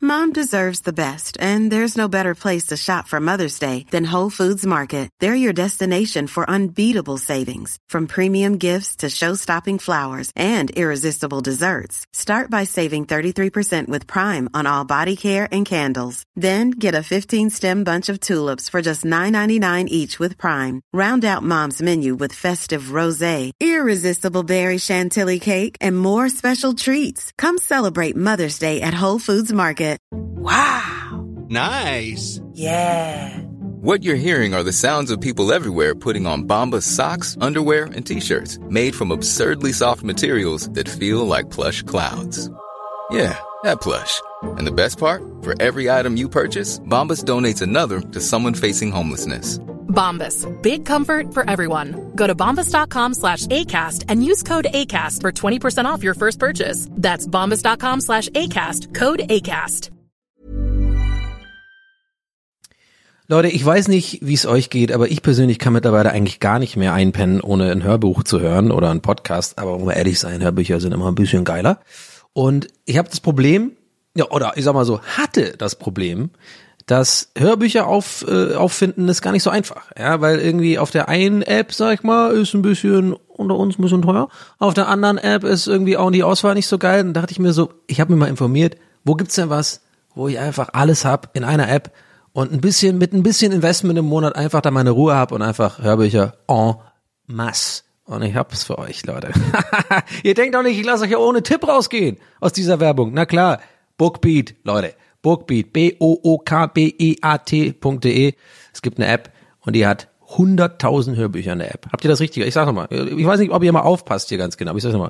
Mom deserves the best, and there's no better place to shop for Mother's Day than Whole Foods Market. They're your destination for unbeatable savings, from premium gifts to show-stopping flowers and irresistible desserts. Start by saving 33% with Prime on all body care and candles. Then get a 15-stem bunch of tulips for just $9.99 each with Prime. Round out Mom's menu with festive rosé, irresistible berry chantilly cake, and more special treats. Come celebrate Mother's Day at Whole Foods Market. Wow. Nice. Yeah. What you're hearing are the sounds of people everywhere putting on Bombas socks, underwear, and T-shirts made from absurdly soft materials that feel like plush clouds. Yeah, that plush. And the best part? For every item you purchase, Bombas donates another to someone facing homelessness. Bombas. Big comfort for everyone. Go to bombas.com/ACAST and use code ACAST for 20% off your first purchase. That's bombas.com/ACAST. Code ACAST. Leute, ich weiß nicht, wie es euch geht, aber ich persönlich kann mittlerweile eigentlich gar nicht mehr einpennen, ohne ein Hörbuch zu hören oder einen Podcast. Aber um ehrlich sein, Hörbücher sind immer ein bisschen geiler. Und ich habe das Problem, ja, oder ich sag mal so, hatte das Problem, dass Hörbücher auffinden ist gar nicht so einfach. Ja, weil irgendwie auf der einen App, sag ich mal, ist ein bisschen unter uns ein bisschen teuer. Auf der anderen App ist irgendwie auch die Auswahl nicht so geil. Dann dachte ich mir so, ich habe mich mal informiert, wo gibt's denn was, wo ich einfach alles hab in einer App und mit ein bisschen Investment im Monat einfach da meine Ruhe hab und einfach Hörbücher en masse. Und ich hab's für euch, Leute. Ihr denkt doch nicht, ich lasse euch ja ohne Tipp rausgehen aus dieser Werbung. Na klar, Bookbeat, Leute. Bookbeat, bookbeat.de. Es gibt eine App und die hat 100.000 Hörbücher in der App. Habt ihr das richtig? Ich sag nochmal, ich weiß nicht, ob ihr mal aufpasst hier ganz genau, aber ich sag's nochmal.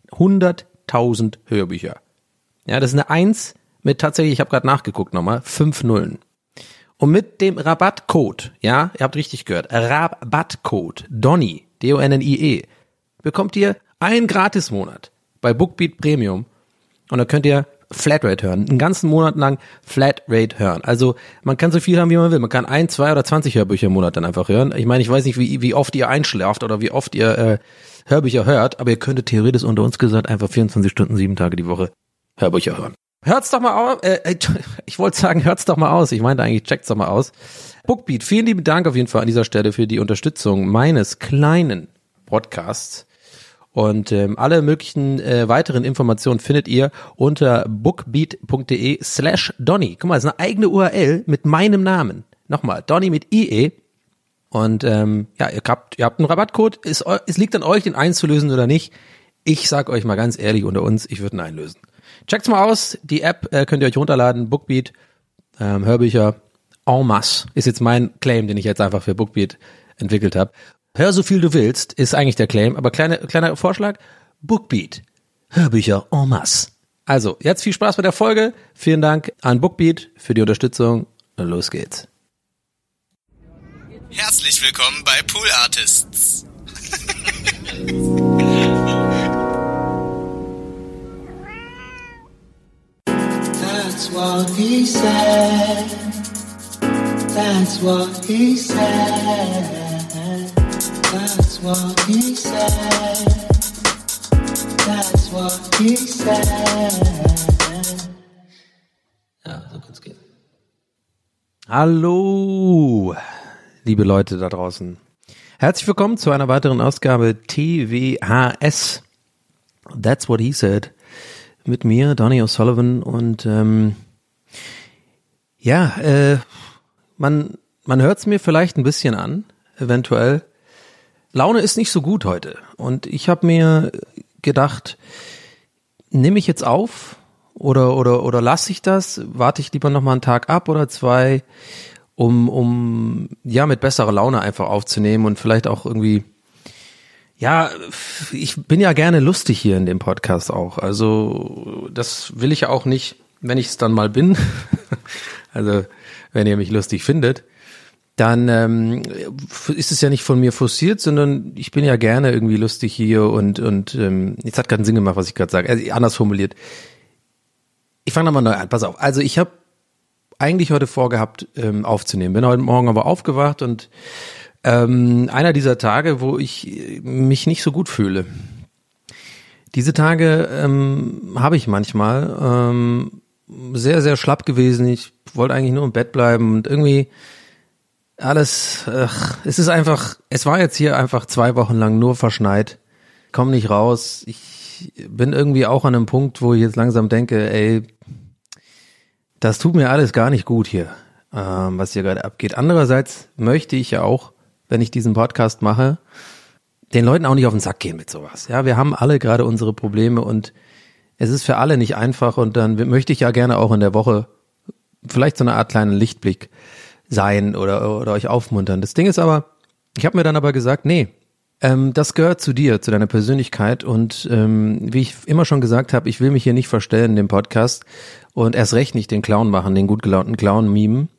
100.000 Hörbücher. Ja, das ist eine 1 mit tatsächlich, ich habe gerade nachgeguckt nochmal, 5 Nullen. Und mit dem Rabattcode, ja, ihr habt richtig gehört, Rabattcode Donnie, D-O-N-N-I-E, bekommt ihr einen Gratismonat bei Bookbeat Premium und da könnt ihr Flatrate hören, einen ganzen Monat lang Flatrate hören. Also man kann so viel haben, wie man will. Man kann 1, 2 oder 20 Hörbücher im Monat dann einfach hören. Ich meine, ich weiß nicht, wie oft ihr einschlaft oder wie oft ihr Hörbücher hört, aber ihr könntet theoretisch unter uns gesagt einfach 24 Stunden, 7 Tage die Woche Hörbücher hören. Hört's doch mal aus. Ich wollte sagen, hört's doch mal aus. Ich meinte eigentlich, checkt's doch mal aus. Bookbeat, vielen lieben Dank auf jeden Fall an dieser Stelle für die Unterstützung meines kleinen Podcasts. Und alle möglichen weiteren Informationen findet ihr unter bookbeat.de/Donnie. Guck mal, das ist eine eigene URL mit meinem Namen. Nochmal, Donnie mit IE. Und ja, ihr habt einen Rabattcode. Es liegt an euch, den einzulösen oder nicht. Ich sag euch mal ganz ehrlich unter uns, ich würde ihn einlösen. Checkt's mal aus. Die App könnt ihr euch runterladen. Bookbeat, Hörbücher en masse. Ist jetzt mein Claim, den ich jetzt einfach für Bookbeat entwickelt habe. Hör so viel du willst, ist eigentlich der Claim, aber kleiner Vorschlag, Bookbeat, Hörbücher en masse. Also, jetzt viel Spaß bei der Folge, vielen Dank an Bookbeat für die Unterstützung und los geht's. Herzlich willkommen bei Pool Artists. That's what he said. That's what he said. That's what he said. That's what he said. Ja, so kann's gehen. Hallo, liebe Leute da draußen. Herzlich willkommen zu einer weiteren Ausgabe TWHS. That's what he said. Mit mir, Donnie O'Sullivan. Und man hört es mir vielleicht ein bisschen an, eventuell. Laune ist nicht so gut heute und ich habe mir gedacht, nehme ich jetzt auf oder lasse ich das? Warte ich lieber noch mal einen Tag ab oder 2, um mit besserer Laune einfach aufzunehmen und vielleicht auch irgendwie, ja, ich bin ja gerne lustig hier in dem Podcast auch. Also das will ich ja auch nicht, wenn ich es dann mal bin. Also wenn ihr mich lustig findet, dann ist es ja nicht von mir forciert, sondern ich bin ja gerne irgendwie lustig hier und jetzt hat gerade einen Sinn gemacht, was ich gerade sage. Also anders formuliert. Ich fange nochmal neu an, pass auf. Also ich habe eigentlich heute vorgehabt, aufzunehmen. Bin heute Morgen aber aufgewacht und einer dieser Tage, wo ich mich nicht so gut fühle. Diese Tage habe ich manchmal sehr, sehr schlapp gewesen. Ich wollte eigentlich nur im Bett bleiben und irgendwie alles, es war jetzt hier einfach 2 Wochen lang nur verschneit. Komm nicht raus. Ich bin irgendwie auch an einem Punkt, wo ich jetzt langsam denke, ey, das tut mir alles gar nicht gut hier, was hier gerade abgeht. Andererseits möchte ich ja auch, wenn ich diesen Podcast mache, den Leuten auch nicht auf den Sack gehen mit sowas. Ja, wir haben alle gerade unsere Probleme und es ist für alle nicht einfach und dann möchte ich ja gerne auch in der Woche vielleicht so eine Art kleinen Lichtblick sein oder euch aufmuntern. Das Ding ist aber, ich habe mir dann aber gesagt, nee, das gehört zu dir, zu deiner Persönlichkeit und wie ich immer schon gesagt habe, ich will mich hier nicht verstellen in dem Podcast und erst recht nicht den Clown machen, den gut gelaunten Clown mimen,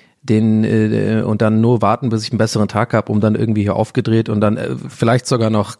und dann nur warten, bis ich einen besseren Tag habe, um dann irgendwie hier aufgedreht und dann vielleicht sogar noch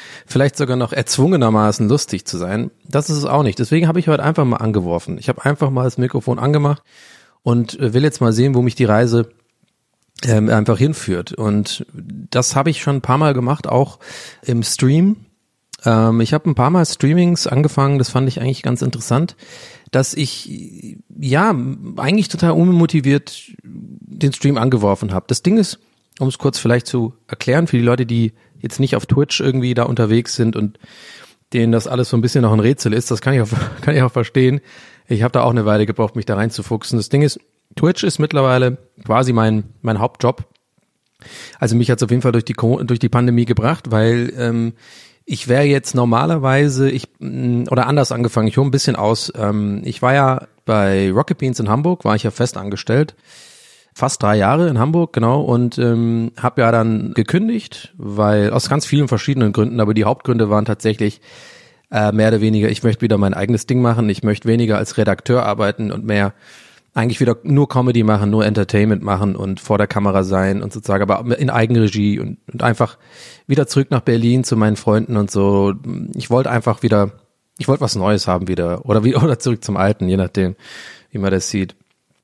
erzwungenermaßen lustig zu sein. Das ist es auch nicht. Deswegen habe ich heute einfach mal angeworfen. Ich habe einfach mal das Mikrofon angemacht und will jetzt mal sehen, wo mich die Reise einfach hinführt. Und das habe ich schon ein paar Mal gemacht, auch im Stream. Ich habe ein paar Mal Streamings angefangen, das fand ich eigentlich ganz interessant, dass ich ja eigentlich total unmotiviert den Stream angeworfen habe. Das Ding ist, um es kurz vielleicht zu erklären, für die Leute, die jetzt nicht auf Twitch irgendwie da unterwegs sind und denen das alles so ein bisschen noch ein Rätsel ist, das kann ich auch verstehen. Ich habe da auch eine Weile gebraucht, mich da reinzufuchsen. Das Ding ist, Twitch ist mittlerweile quasi mein Hauptjob. Also mich hat es auf jeden Fall durch die Pandemie gebracht, weil ich wäre jetzt normalerweise, oder anders angefangen, ich hole ein bisschen aus. Ich war ja bei Rocket Beans in Hamburg, war ich ja fest angestellt. Fast 3 Jahre in Hamburg, genau, und habe ja dann gekündigt, weil aus ganz vielen verschiedenen Gründen, aber die Hauptgründe waren tatsächlich mehr oder weniger, ich möchte wieder mein eigenes Ding machen, ich möchte weniger als Redakteur arbeiten und mehr eigentlich wieder nur Comedy machen, nur Entertainment machen und vor der Kamera sein und sozusagen, aber in Eigenregie und einfach wieder zurück nach Berlin zu meinen Freunden und so. Ich wollte was Neues haben wieder oder zurück zum Alten, je nachdem, wie man das sieht.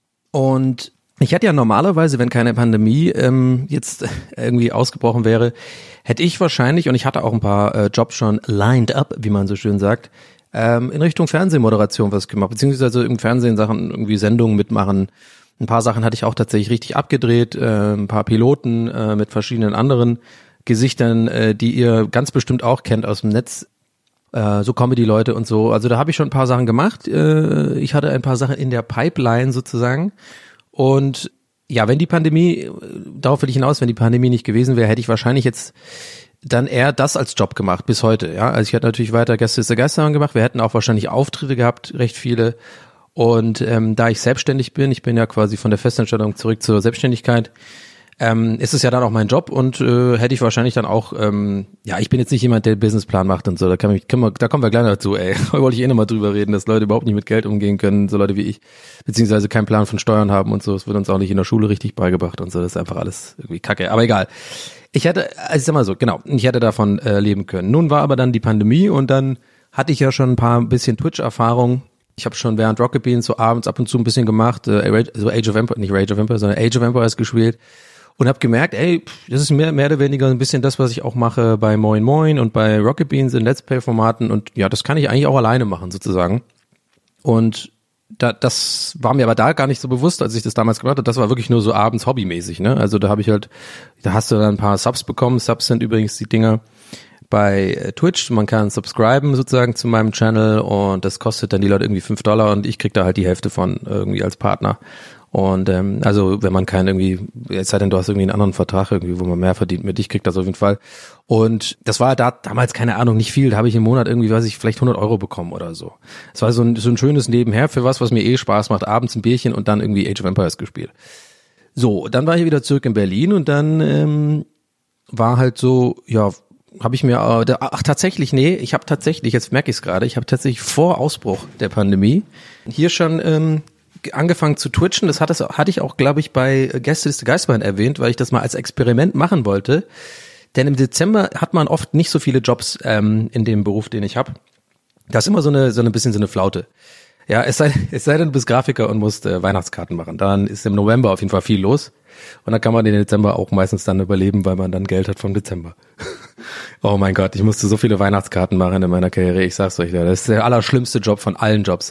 Und ich hätte ja normalerweise, wenn keine Pandemie jetzt irgendwie ausgebrochen wäre, hätte ich wahrscheinlich, und ich hatte auch ein paar Jobs schon lined up, wie man so schön sagt, in Richtung Fernsehmoderation was gemacht, beziehungsweise im Fernsehen Sachen, irgendwie Sendungen mitmachen. Ein paar Sachen hatte ich auch tatsächlich richtig abgedreht, ein paar Piloten mit verschiedenen anderen Gesichtern, die ihr ganz bestimmt auch kennt aus dem Netz, so Comedy-Leute und so. Also da habe ich schon ein paar Sachen gemacht. Ich hatte ein paar Sachen in der Pipeline sozusagen. Und ja, wenn die Pandemie, darauf will ich hinaus, wenn die Pandemie nicht gewesen wäre, hätte ich wahrscheinlich jetzt dann eher das als Job gemacht, bis heute, ja. Also ich hätte natürlich weiter Gäste ist der Geistermann gemacht, wir hätten auch wahrscheinlich Auftritte gehabt, recht viele. Und da ich selbstständig bin, ich bin ja quasi von der Festanstellung zurück zur Selbstständigkeit, ist es ja dann auch mein Job und hätte ich wahrscheinlich dann auch, ich bin jetzt nicht jemand, der Businessplan macht und so, da kommen wir gleich dazu, ey. Da wollte ich nochmal drüber reden, dass Leute überhaupt nicht mit Geld umgehen können, so Leute wie ich, beziehungsweise keinen Plan von Steuern haben und so, das wird uns auch nicht in der Schule richtig beigebracht und so, das ist einfach alles irgendwie Kacke, aber egal. Ich hätte davon leben können. Nun war aber dann die Pandemie und dann hatte ich ja schon ein bisschen Twitch-Erfahrung. Ich habe schon während Rocket Beans so abends ab und zu ein bisschen gemacht, so Age of Empires gespielt und habe gemerkt, ey, das ist mehr oder weniger ein bisschen das, was ich auch mache bei Moin Moin und bei Rocket Beans in Let's Play-Formaten und ja, das kann ich eigentlich auch alleine machen sozusagen. Und das war mir aber da gar nicht so bewusst, als ich das damals gemacht habe. Das war wirklich nur so abends hobbymäßig, ne? Also da hast du dann ein paar Subs bekommen. Subs sind übrigens die Dinger bei Twitch. Man kann subscriben sozusagen zu meinem Channel und das kostet dann die Leute irgendwie $5 und ich krieg da halt die Hälfte von irgendwie als Partner. Und also wenn man es sei denn, du hast irgendwie einen anderen Vertrag irgendwie, wo man mehr verdient mit, ich krieg das auf jeden Fall. Und das war damals, keine Ahnung, nicht viel, da habe ich im Monat irgendwie, vielleicht 100 € bekommen oder so. Es war so ein schönes Nebenher für was mir Spaß macht, abends ein Bierchen und dann irgendwie Age of Empires gespielt. So, dann war ich wieder zurück in Berlin und dann war halt so, ja, habe ich mir, jetzt merke ich es gerade, ich habe tatsächlich vor Ausbruch der Pandemie hier schon angefangen zu twitchen. Das hatte ich auch, glaube ich, bei Gästeliste Geisterbahn erwähnt, weil ich das mal als Experiment machen wollte. Denn im Dezember hat man oft nicht so viele Jobs in dem Beruf, den ich habe. Da ist immer so ein bisschen so eine Flaute. Ja, es sei denn, du bist Grafiker und musst Weihnachtskarten machen. Dann ist im November auf jeden Fall viel los. Und dann kann man den Dezember auch meistens dann überleben, weil man dann Geld hat vom Dezember. Oh mein Gott, ich musste so viele Weihnachtskarten machen in meiner Karriere. Ich sag's euch, das ist der allerschlimmste Job von allen Jobs.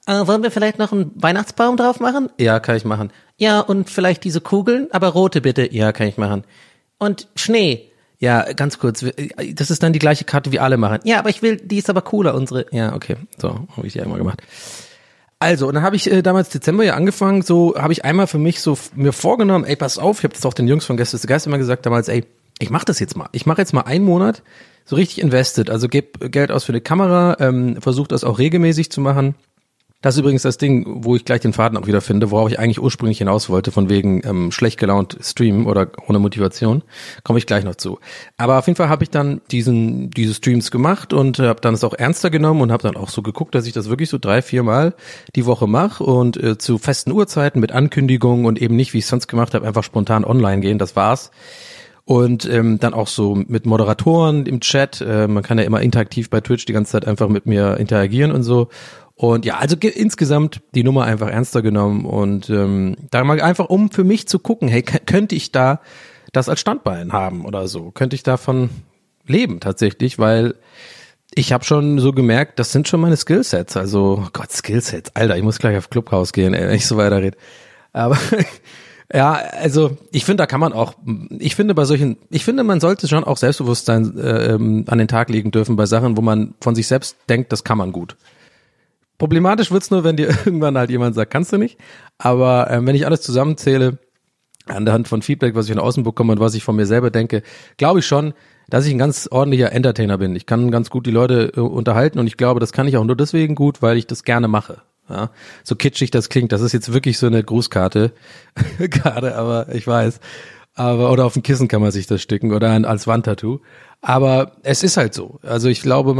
Wollen wir vielleicht noch einen Weihnachtsbaum drauf machen? Ja, kann ich machen. Ja, und vielleicht diese Kugeln, aber rote bitte. Ja, kann ich machen. Und Schnee. Ja, ganz kurz, das ist dann die gleiche Karte wie alle machen. Ja, aber die ist aber cooler, unsere. Ja, okay, so, habe ich die einmal gemacht. Also, und dann habe ich damals Dezember ja angefangen, so habe ich einmal für mich so mir vorgenommen, ey, pass auf, ich habe das auch den Jungs von Gäste ist der Geist immer gesagt damals, ey, ich mache das jetzt mal. Ich mache jetzt mal einen Monat so richtig invested, also gebe Geld aus für eine Kamera, versuche das auch regelmäßig zu machen. Das ist übrigens das Ding, wo ich gleich den Faden auch wieder finde, worauf ich eigentlich ursprünglich hinaus wollte, von wegen schlecht gelaunt streamen oder ohne Motivation. Komme ich gleich noch zu. Aber auf jeden Fall habe ich dann diese Streams gemacht und habe dann es auch ernster genommen und habe dann auch so geguckt, dass ich das wirklich so 3-4 Mal die Woche mache und zu festen Uhrzeiten mit Ankündigungen und eben nicht, wie ich es sonst gemacht habe, einfach spontan online gehen. Das war's. Und dann auch so mit Moderatoren im Chat. Man kann ja immer interaktiv bei Twitch die ganze Zeit einfach mit mir interagieren und so. Und ja, also insgesamt die Nummer einfach ernster genommen und da mal einfach, um für mich zu gucken, hey, könnte ich da das als Standbein haben oder so? Könnte ich davon leben tatsächlich? Weil ich habe schon so gemerkt, das sind schon meine Skillsets. Also, Gott, Skillsets, Alter, ich muss gleich auf Clubhouse gehen, wenn ich so weiterrede. Aber ja, also ich finde, da kann man auch, ich finde, man sollte schon auch Selbstbewusstsein an den Tag legen dürfen bei Sachen, wo man von sich selbst denkt, das kann man gut. Problematisch wird's nur, wenn dir irgendwann halt jemand sagt, kannst du nicht. Aber wenn ich alles zusammenzähle, an der Hand von Feedback, was ich von außen bekomme und was ich von mir selber denke, glaube ich schon, dass ich ein ganz ordentlicher Entertainer bin. Ich kann ganz gut die Leute unterhalten und ich glaube, das kann ich auch nur deswegen gut, weil ich das gerne mache. Ja, so kitschig das klingt, das ist jetzt wirklich so eine Grußkarte, gerade, aber ich weiß. Oder auf dem Kissen kann man sich das sticken oder als Wandtattoo. Aber es ist halt so. Also ich glaube,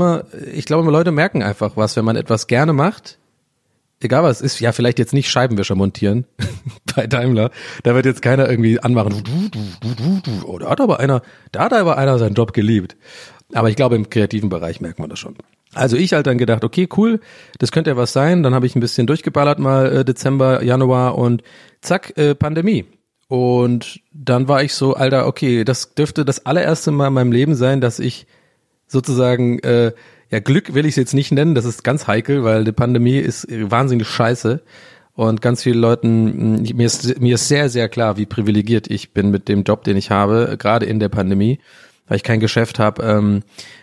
Leute merken einfach was, wenn man etwas gerne macht. Egal was es ist, ja, vielleicht jetzt nicht Scheibenwischer montieren bei Daimler. Da wird jetzt keiner irgendwie anmachen. Oh, da hat aber einer seinen Job geliebt. Aber ich glaube, im kreativen Bereich merkt man das schon. Also ich halt dann gedacht, okay, cool, das könnte ja was sein. Dann habe ich ein bisschen durchgeballert mal Dezember, Januar und zack, Pandemie. Und dann war ich so, Alter, okay, das dürfte das allererste Mal in meinem Leben sein, dass ich sozusagen, Glück will ich es jetzt nicht nennen, das ist ganz heikel, weil die Pandemie ist wahnsinnig scheiße und ganz viele Leuten, mir ist sehr, sehr klar, wie privilegiert ich bin mit dem Job, den ich habe, gerade in der Pandemie, weil ich kein Geschäft habe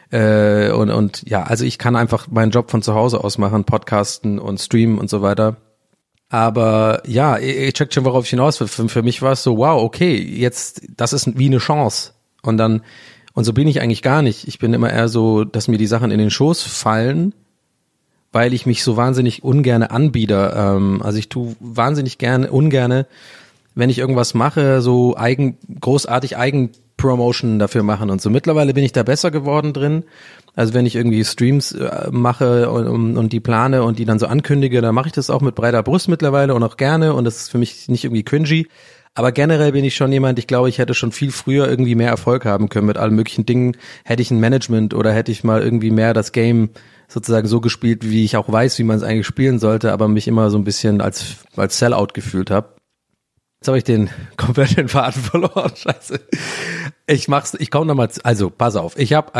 und ja, also ich kann einfach meinen Job von zu Hause aus machen, podcasten und streamen und so weiter. Aber ja, ich checkt schon, worauf ich hinaus will. Für mich war es so, wow, okay, jetzt, das ist wie eine Chance. Und so bin ich eigentlich gar nicht. Ich bin immer eher so, dass mir die Sachen in den Schoß fallen, weil ich mich so wahnsinnig ungerne anbiete. Also ich tue wahnsinnig ungerne, wenn ich irgendwas mache, so großartig Eigenpromotion dafür machen und so. Mittlerweile bin ich da besser geworden drin. Also wenn ich irgendwie Streams mache und die plane und die dann so ankündige, dann mache ich das auch mit breiter Brust mittlerweile und auch gerne und das ist für mich nicht irgendwie cringy. Aber generell bin ich schon jemand, ich glaube, ich hätte schon viel früher irgendwie mehr Erfolg haben können mit allen möglichen Dingen. Hätte ich ein Management oder hätte ich mal irgendwie mehr das Game sozusagen so gespielt, wie ich auch weiß, wie man es eigentlich spielen sollte, aber mich immer so ein bisschen als Sellout gefühlt habe. Jetzt habe ich den kompletten Faden verloren, scheiße. Ich komme nochmal, also pass auf, ich habe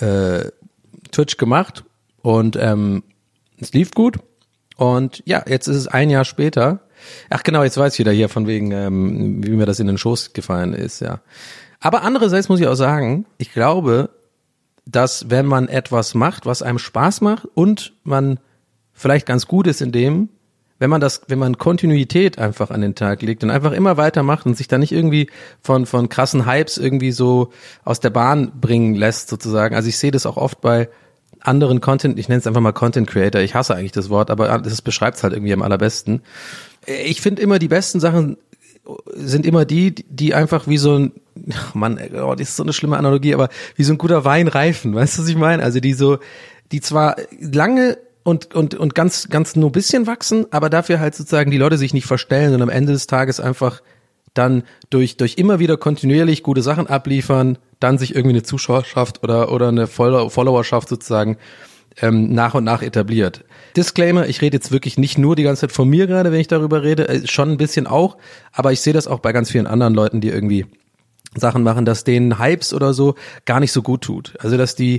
Twitch gemacht und es lief gut und ja, jetzt ist es ein Jahr später. Ach genau, jetzt weiß ich wieder hier von wegen, wie mir das in den Schoß gefallen ist, ja. Aber andererseits muss ich auch sagen, ich glaube, dass wenn man etwas macht, was einem Spaß macht und man vielleicht ganz gut ist in dem, wenn man Kontinuität einfach an den Tag legt und einfach immer weitermacht und sich da nicht irgendwie von krassen Hypes irgendwie so aus der Bahn bringen lässt sozusagen. Also ich sehe das auch oft bei anderen Content, ich nenne es einfach mal Content Creator, ich hasse eigentlich das Wort, aber das beschreibt es halt irgendwie am allerbesten. Ich finde immer, die besten Sachen sind immer die einfach wie so ein, das ist so eine schlimme Analogie, aber wie so ein guter Wein reifen, weißt du, was ich meine? Also die zwar lange und ganz nur ein bisschen wachsen, aber dafür halt sozusagen die Leute sich nicht verstellen und am Ende des Tages einfach dann durch immer wieder kontinuierlich gute Sachen abliefern, dann sich irgendwie eine Zuschauerschaft oder eine Followerschaft sozusagen nach und nach etabliert. Disclaimer, ich rede jetzt wirklich nicht nur die ganze Zeit von mir gerade, wenn ich darüber rede, schon ein bisschen auch, aber ich sehe das auch bei ganz vielen anderen Leuten, die irgendwie Sachen machen, dass denen Hypes oder so gar nicht so gut tut. Also dass die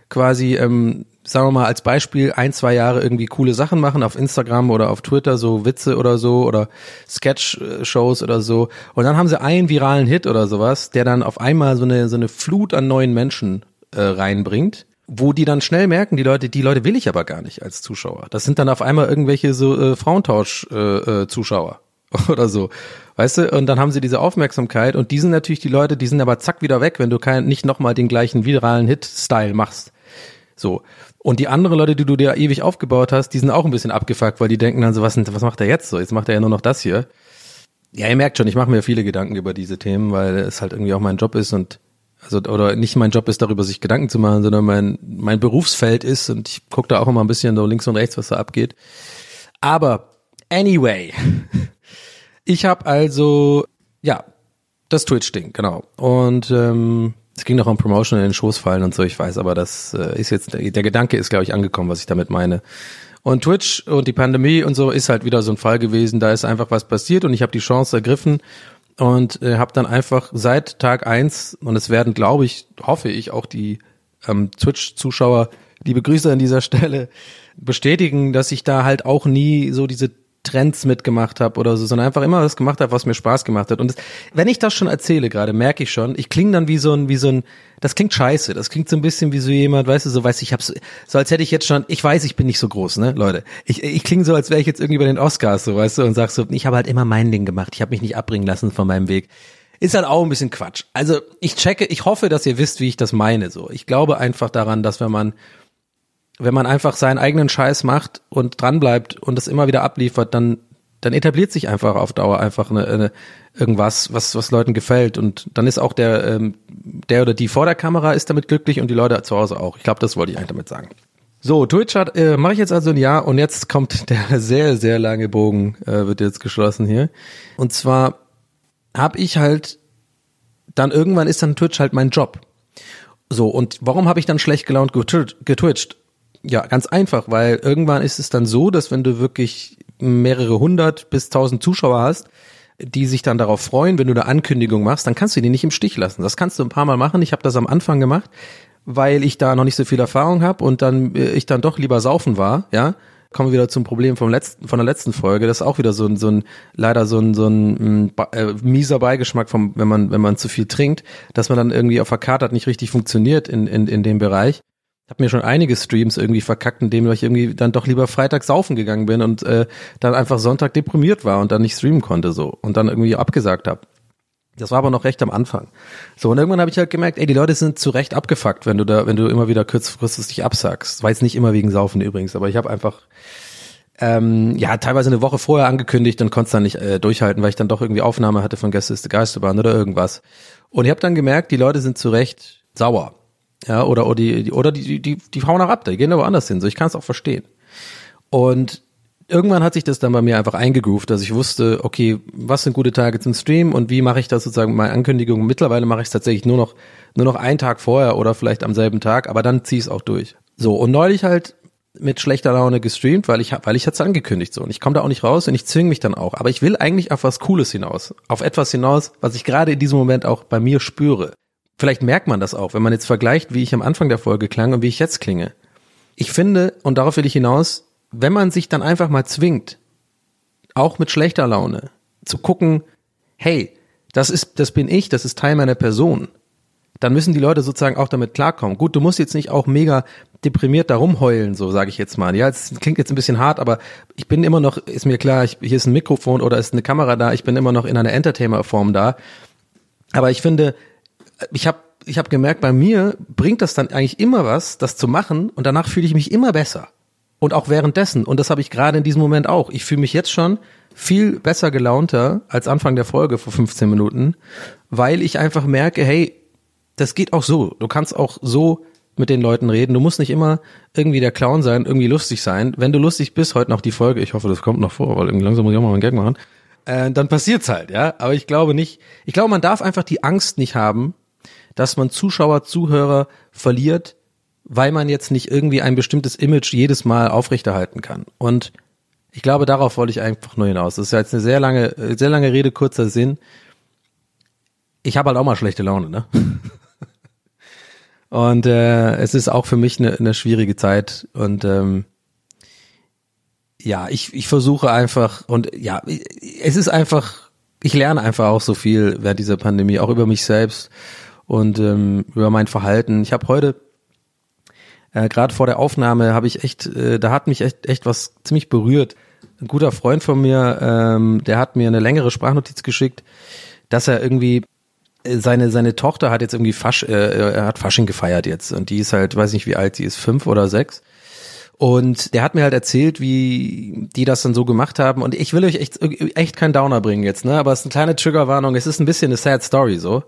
quasi, sagen wir mal als Beispiel 1-2 Jahre irgendwie coole Sachen machen auf Instagram oder auf Twitter, so Witze oder so oder Sketch-Shows oder so. Und dann haben sie einen viralen Hit oder sowas, der dann auf einmal so eine Flut an neuen Menschen reinbringt, wo die dann schnell merken, die Leute will ich aber gar nicht als Zuschauer. Das sind dann auf einmal irgendwelche so Frauentausch-Zuschauer oder so, weißt du? Und dann haben sie diese Aufmerksamkeit und die sind natürlich die Leute, die sind aber zack wieder weg, wenn du nicht nochmal den gleichen viralen Hit-Style machst. So. Und die anderen Leute, die du dir ewig aufgebaut hast, die sind auch ein bisschen abgefuckt, weil die denken dann so, was macht er jetzt so? Jetzt macht er ja nur noch das hier. Ja, ihr merkt schon, ich mache mir viele Gedanken über diese Themen, weil es halt irgendwie auch mein Job ist und oder nicht mein Job ist, darüber sich Gedanken zu machen, sondern mein Berufsfeld ist und ich gucke da auch immer ein bisschen so links und rechts, was da abgeht. Aber anyway, ich habe also, ja, das Twitch-Ding, genau. Und es ging noch um Promotion in den Schoß fallen und so, ich weiß, aber das ist jetzt, der Gedanke ist, glaube ich, angekommen, was ich damit meine. Und Twitch und die Pandemie und so ist halt wieder so ein Fall gewesen, da ist einfach was passiert und ich habe die Chance ergriffen und habe dann einfach seit Tag 1, und es werden, glaube ich, hoffe ich, auch die Twitch-Zuschauer, liebe Grüße an dieser Stelle, bestätigen, dass ich da halt auch nie so diese Trends mitgemacht habe oder so, sondern einfach immer was gemacht habe, was mir Spaß gemacht hat. Und wenn ich das schon erzähle gerade, merke ich schon, ich klinge dann wie so ein, das klingt scheiße, das klingt so ein bisschen wie so jemand, weißt du, so ich hab's, so als hätte ich jetzt schon, ich weiß, ich bin nicht so groß, ne, Leute. Ich klinge so, als wäre ich jetzt irgendwie bei den Oscars, so, weißt du, und sag so, ich habe halt immer mein Ding gemacht, ich habe mich nicht abbringen lassen von meinem Weg. Ist halt auch ein bisschen Quatsch. Also ich hoffe, dass ihr wisst, wie ich das meine, so. Ich glaube einfach daran, dass wenn man einfach seinen eigenen Scheiß macht und dranbleibt und es immer wieder abliefert, dann etabliert sich einfach auf Dauer einfach irgendwas, was Leuten gefällt. Und dann ist auch der oder die vor der Kamera ist damit glücklich und die Leute zu Hause auch. Ich glaube, das wollte ich eigentlich damit sagen. So, Twitch mache ich jetzt also ein Jahr und jetzt kommt der sehr, sehr lange Bogen, wird jetzt geschlossen hier. Und zwar habe ich halt, dann irgendwann ist dann Twitch halt mein Job. So, und warum habe ich dann schlecht gelaunt getwitcht? Ja, ganz einfach, weil irgendwann ist es dann so, dass wenn du wirklich mehrere 100 bis 1000 Zuschauer hast, die sich dann darauf freuen, wenn du eine Ankündigung machst, dann kannst du die nicht im Stich lassen. Das kannst du ein paar Mal machen. Ich habe das am Anfang gemacht, weil ich da noch nicht so viel Erfahrung habe und dann ich dann doch lieber saufen war, ja. Kommen wir wieder zum Problem von der letzten Folge. Das ist auch wieder so ein mieser Beigeschmack wenn man zu viel trinkt, dass man dann irgendwie auf verkatert nicht richtig funktioniert in dem Bereich. Ich habe mir schon einige Streams irgendwie verkackt, indem ich irgendwie dann doch lieber Freitag saufen gegangen bin und dann einfach Sonntag deprimiert war und dann nicht streamen konnte so und dann irgendwie abgesagt habe. Das war aber noch recht am Anfang. So, und irgendwann habe ich halt gemerkt, die Leute sind zu Recht abgefuckt, wenn du immer wieder kurzfristig absagst. War jetzt nicht immer wegen Saufen übrigens, aber ich habe einfach teilweise eine Woche vorher angekündigt und konnte es dann nicht durchhalten, weil ich dann doch irgendwie Aufnahme hatte von Gäste ist die Geisterbahn oder irgendwas. Und ich habe dann gemerkt, die Leute sind zu Recht sauer. Ja, oder die hauen auch ab, die gehen aber woanders hin, so, ich kann es auch verstehen. Und irgendwann hat sich das dann bei mir einfach eingegroovt, dass ich wusste, okay, was sind gute Tage zum Stream und wie mache ich das sozusagen, meine Ankündigung. Mittlerweile mache ich es tatsächlich nur noch einen Tag vorher oder vielleicht am selben Tag, aber dann ziehe ich es auch durch. So, und neulich halt mit schlechter Laune gestreamt, weil ich hatte es angekündigt so und ich komme da auch nicht raus und ich zwinge mich dann auch, aber ich will eigentlich auf was Cooles hinaus, auf etwas hinaus, was ich gerade in diesem Moment auch bei mir spüre. Vielleicht merkt man das auch, wenn man jetzt vergleicht, wie ich am Anfang der Folge klang und wie ich jetzt klinge. Ich finde, und darauf will ich hinaus, wenn man sich dann einfach mal zwingt, auch mit schlechter Laune, zu gucken, hey, das bin ich, das ist Teil meiner Person, dann müssen die Leute sozusagen auch damit klarkommen. Gut, du musst jetzt nicht auch mega deprimiert da rumheulen, so sage ich jetzt mal. Ja, es klingt jetzt ein bisschen hart, aber ich bin immer noch, ist mir klar, hier ist ein Mikrofon oder ist eine Kamera da, ich bin immer noch in einer Entertainer-Form da. Aber ich finde, ich hab gemerkt, bei mir bringt das dann eigentlich immer was, das zu machen und danach fühle ich mich immer besser. Und auch währenddessen. Und das habe ich gerade in diesem Moment auch. Ich fühle mich jetzt schon viel besser gelaunter als Anfang der Folge vor 15 Minuten, weil ich einfach merke, hey, das geht auch so. Du kannst auch so mit den Leuten reden. Du musst nicht immer irgendwie der Clown sein, irgendwie lustig sein. Wenn du lustig bist, heute noch die Folge, ich hoffe, das kommt noch vor, weil irgendwie langsam muss ich auch mal einen Gag machen, dann passiert's halt, ja. Aber ich glaube nicht, man darf einfach die Angst nicht haben, dass man Zuschauer, Zuhörer verliert, weil man jetzt nicht irgendwie ein bestimmtes Image jedes Mal aufrechterhalten kann. Und ich glaube, darauf wollte ich einfach nur hinaus. Das ist ja jetzt eine sehr lange Rede, kurzer Sinn. Ich habe halt auch mal schlechte Laune, ne? Und es ist auch für mich eine schwierige Zeit. Und ja, ich versuche einfach, und ja, es ist einfach, ich lerne einfach auch so viel während dieser Pandemie, auch über mich selbst und über mein Verhalten. Ich habe heute, gerade vor der Aufnahme, habe ich echt, da hat mich echt was ziemlich berührt. Ein guter Freund von mir, der hat mir eine längere Sprachnotiz geschickt, dass er irgendwie seine Tochter hat jetzt irgendwie er hat Fasching gefeiert jetzt und die ist halt, weiß nicht wie alt sie ist, 5 oder 6. Und der hat mir halt erzählt, wie die das dann so gemacht haben. Und ich will euch echt keinen Downer bringen jetzt, ne? Aber es ist eine kleine Triggerwarnung. Es ist ein bisschen eine sad Story so.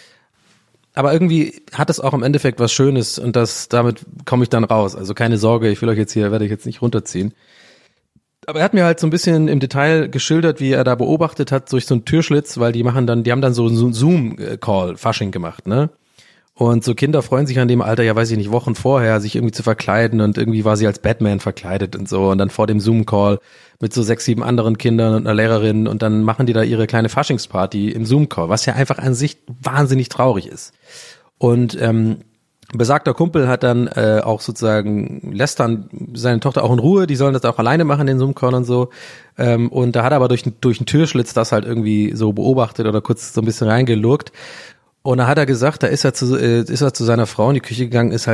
Aber irgendwie hat es auch im Endeffekt was Schönes und damit komme ich dann raus. Also keine Sorge, werde ich jetzt nicht runterziehen. Aber er hat mir halt so ein bisschen im Detail geschildert, wie er da beobachtet hat durch so einen Türschlitz, weil die haben dann so einen Zoom-Call Fasching gemacht, ne? Und so Kinder freuen sich an dem Alter, ja weiß ich nicht, Wochen vorher, sich irgendwie zu verkleiden und irgendwie war sie als Batman verkleidet und so und dann vor dem Zoom-Call mit so 6, 7 anderen Kindern und einer Lehrerin und dann machen die da ihre kleine Faschingsparty im Zoom-Call, was ja einfach an sich wahnsinnig traurig ist. Und besagter Kumpel hat dann auch sozusagen, lässt dann seine Tochter auch in Ruhe, die sollen das auch alleine machen, den Zoom-Call und so. Und da hat er aber durch einen Türschlitz das halt irgendwie so beobachtet oder kurz so ein bisschen reingelurkt. Und da hat er gesagt, da ist er zu seiner Frau in die Küche gegangen, ist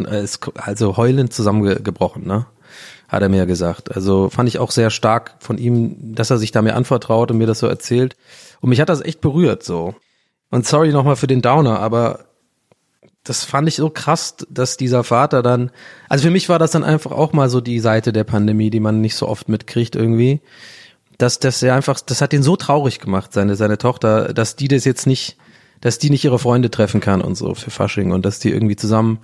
also heulend zusammengebrochen, ne? Hat er mir gesagt. Also fand ich auch sehr stark von ihm, dass er sich da mir anvertraut und mir das so erzählt. Und mich hat das echt berührt, so. Und sorry nochmal für den Downer, aber das fand ich so krass, dass dieser Vater dann, also für mich war das dann einfach auch mal so die Seite der Pandemie, die man nicht so oft mitkriegt irgendwie. Das hat ihn so traurig gemacht, seine Tochter, dass die nicht ihre Freunde treffen kann und so für Fasching und dass die irgendwie zusammen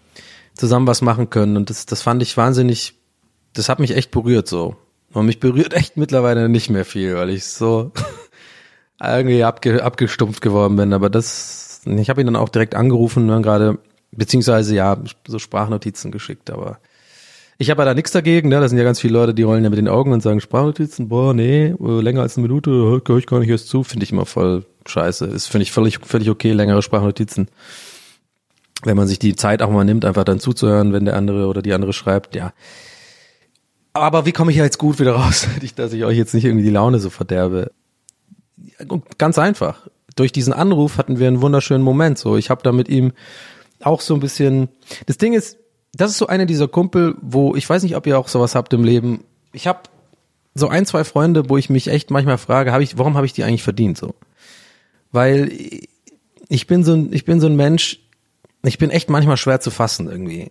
was machen können und das fand ich wahnsinnig, das hat mich echt berührt so. Und mich berührt echt mittlerweile nicht mehr viel, weil ich so irgendwie abgestumpft geworden bin, aber ich habe ihn dann auch direkt angerufen, dann gerade, beziehungsweise ja, so Sprachnotizen geschickt, aber ich habe ja da nichts dagegen, ne? Da sind ja ganz viele Leute, die rollen ja mit den Augen und sagen Sprachnotizen, boah, nee, länger als eine Minute, höre ich gar nicht erst zu, finde ich immer voll scheiße. Ist, finde ich, völlig okay, längere Sprachnotizen. Wenn man sich die Zeit auch mal nimmt, einfach dann zuzuhören, wenn der andere oder die andere schreibt, ja. Aber wie komme ich jetzt gut wieder raus, dass ich euch jetzt nicht irgendwie die Laune so verderbe? Ganz einfach. Durch diesen Anruf hatten wir einen wunderschönen Moment, so. Ich habe da mit ihm auch so ein bisschen, das Ding ist, das ist so einer dieser Kumpel, wo, ich weiß nicht, ob ihr auch sowas habt im Leben. Ich habe so 1, 2 Freunde, wo ich mich echt manchmal frage, warum habe ich die eigentlich verdient, so? Weil ich bin so ein Mensch, ich bin echt manchmal schwer zu fassen irgendwie.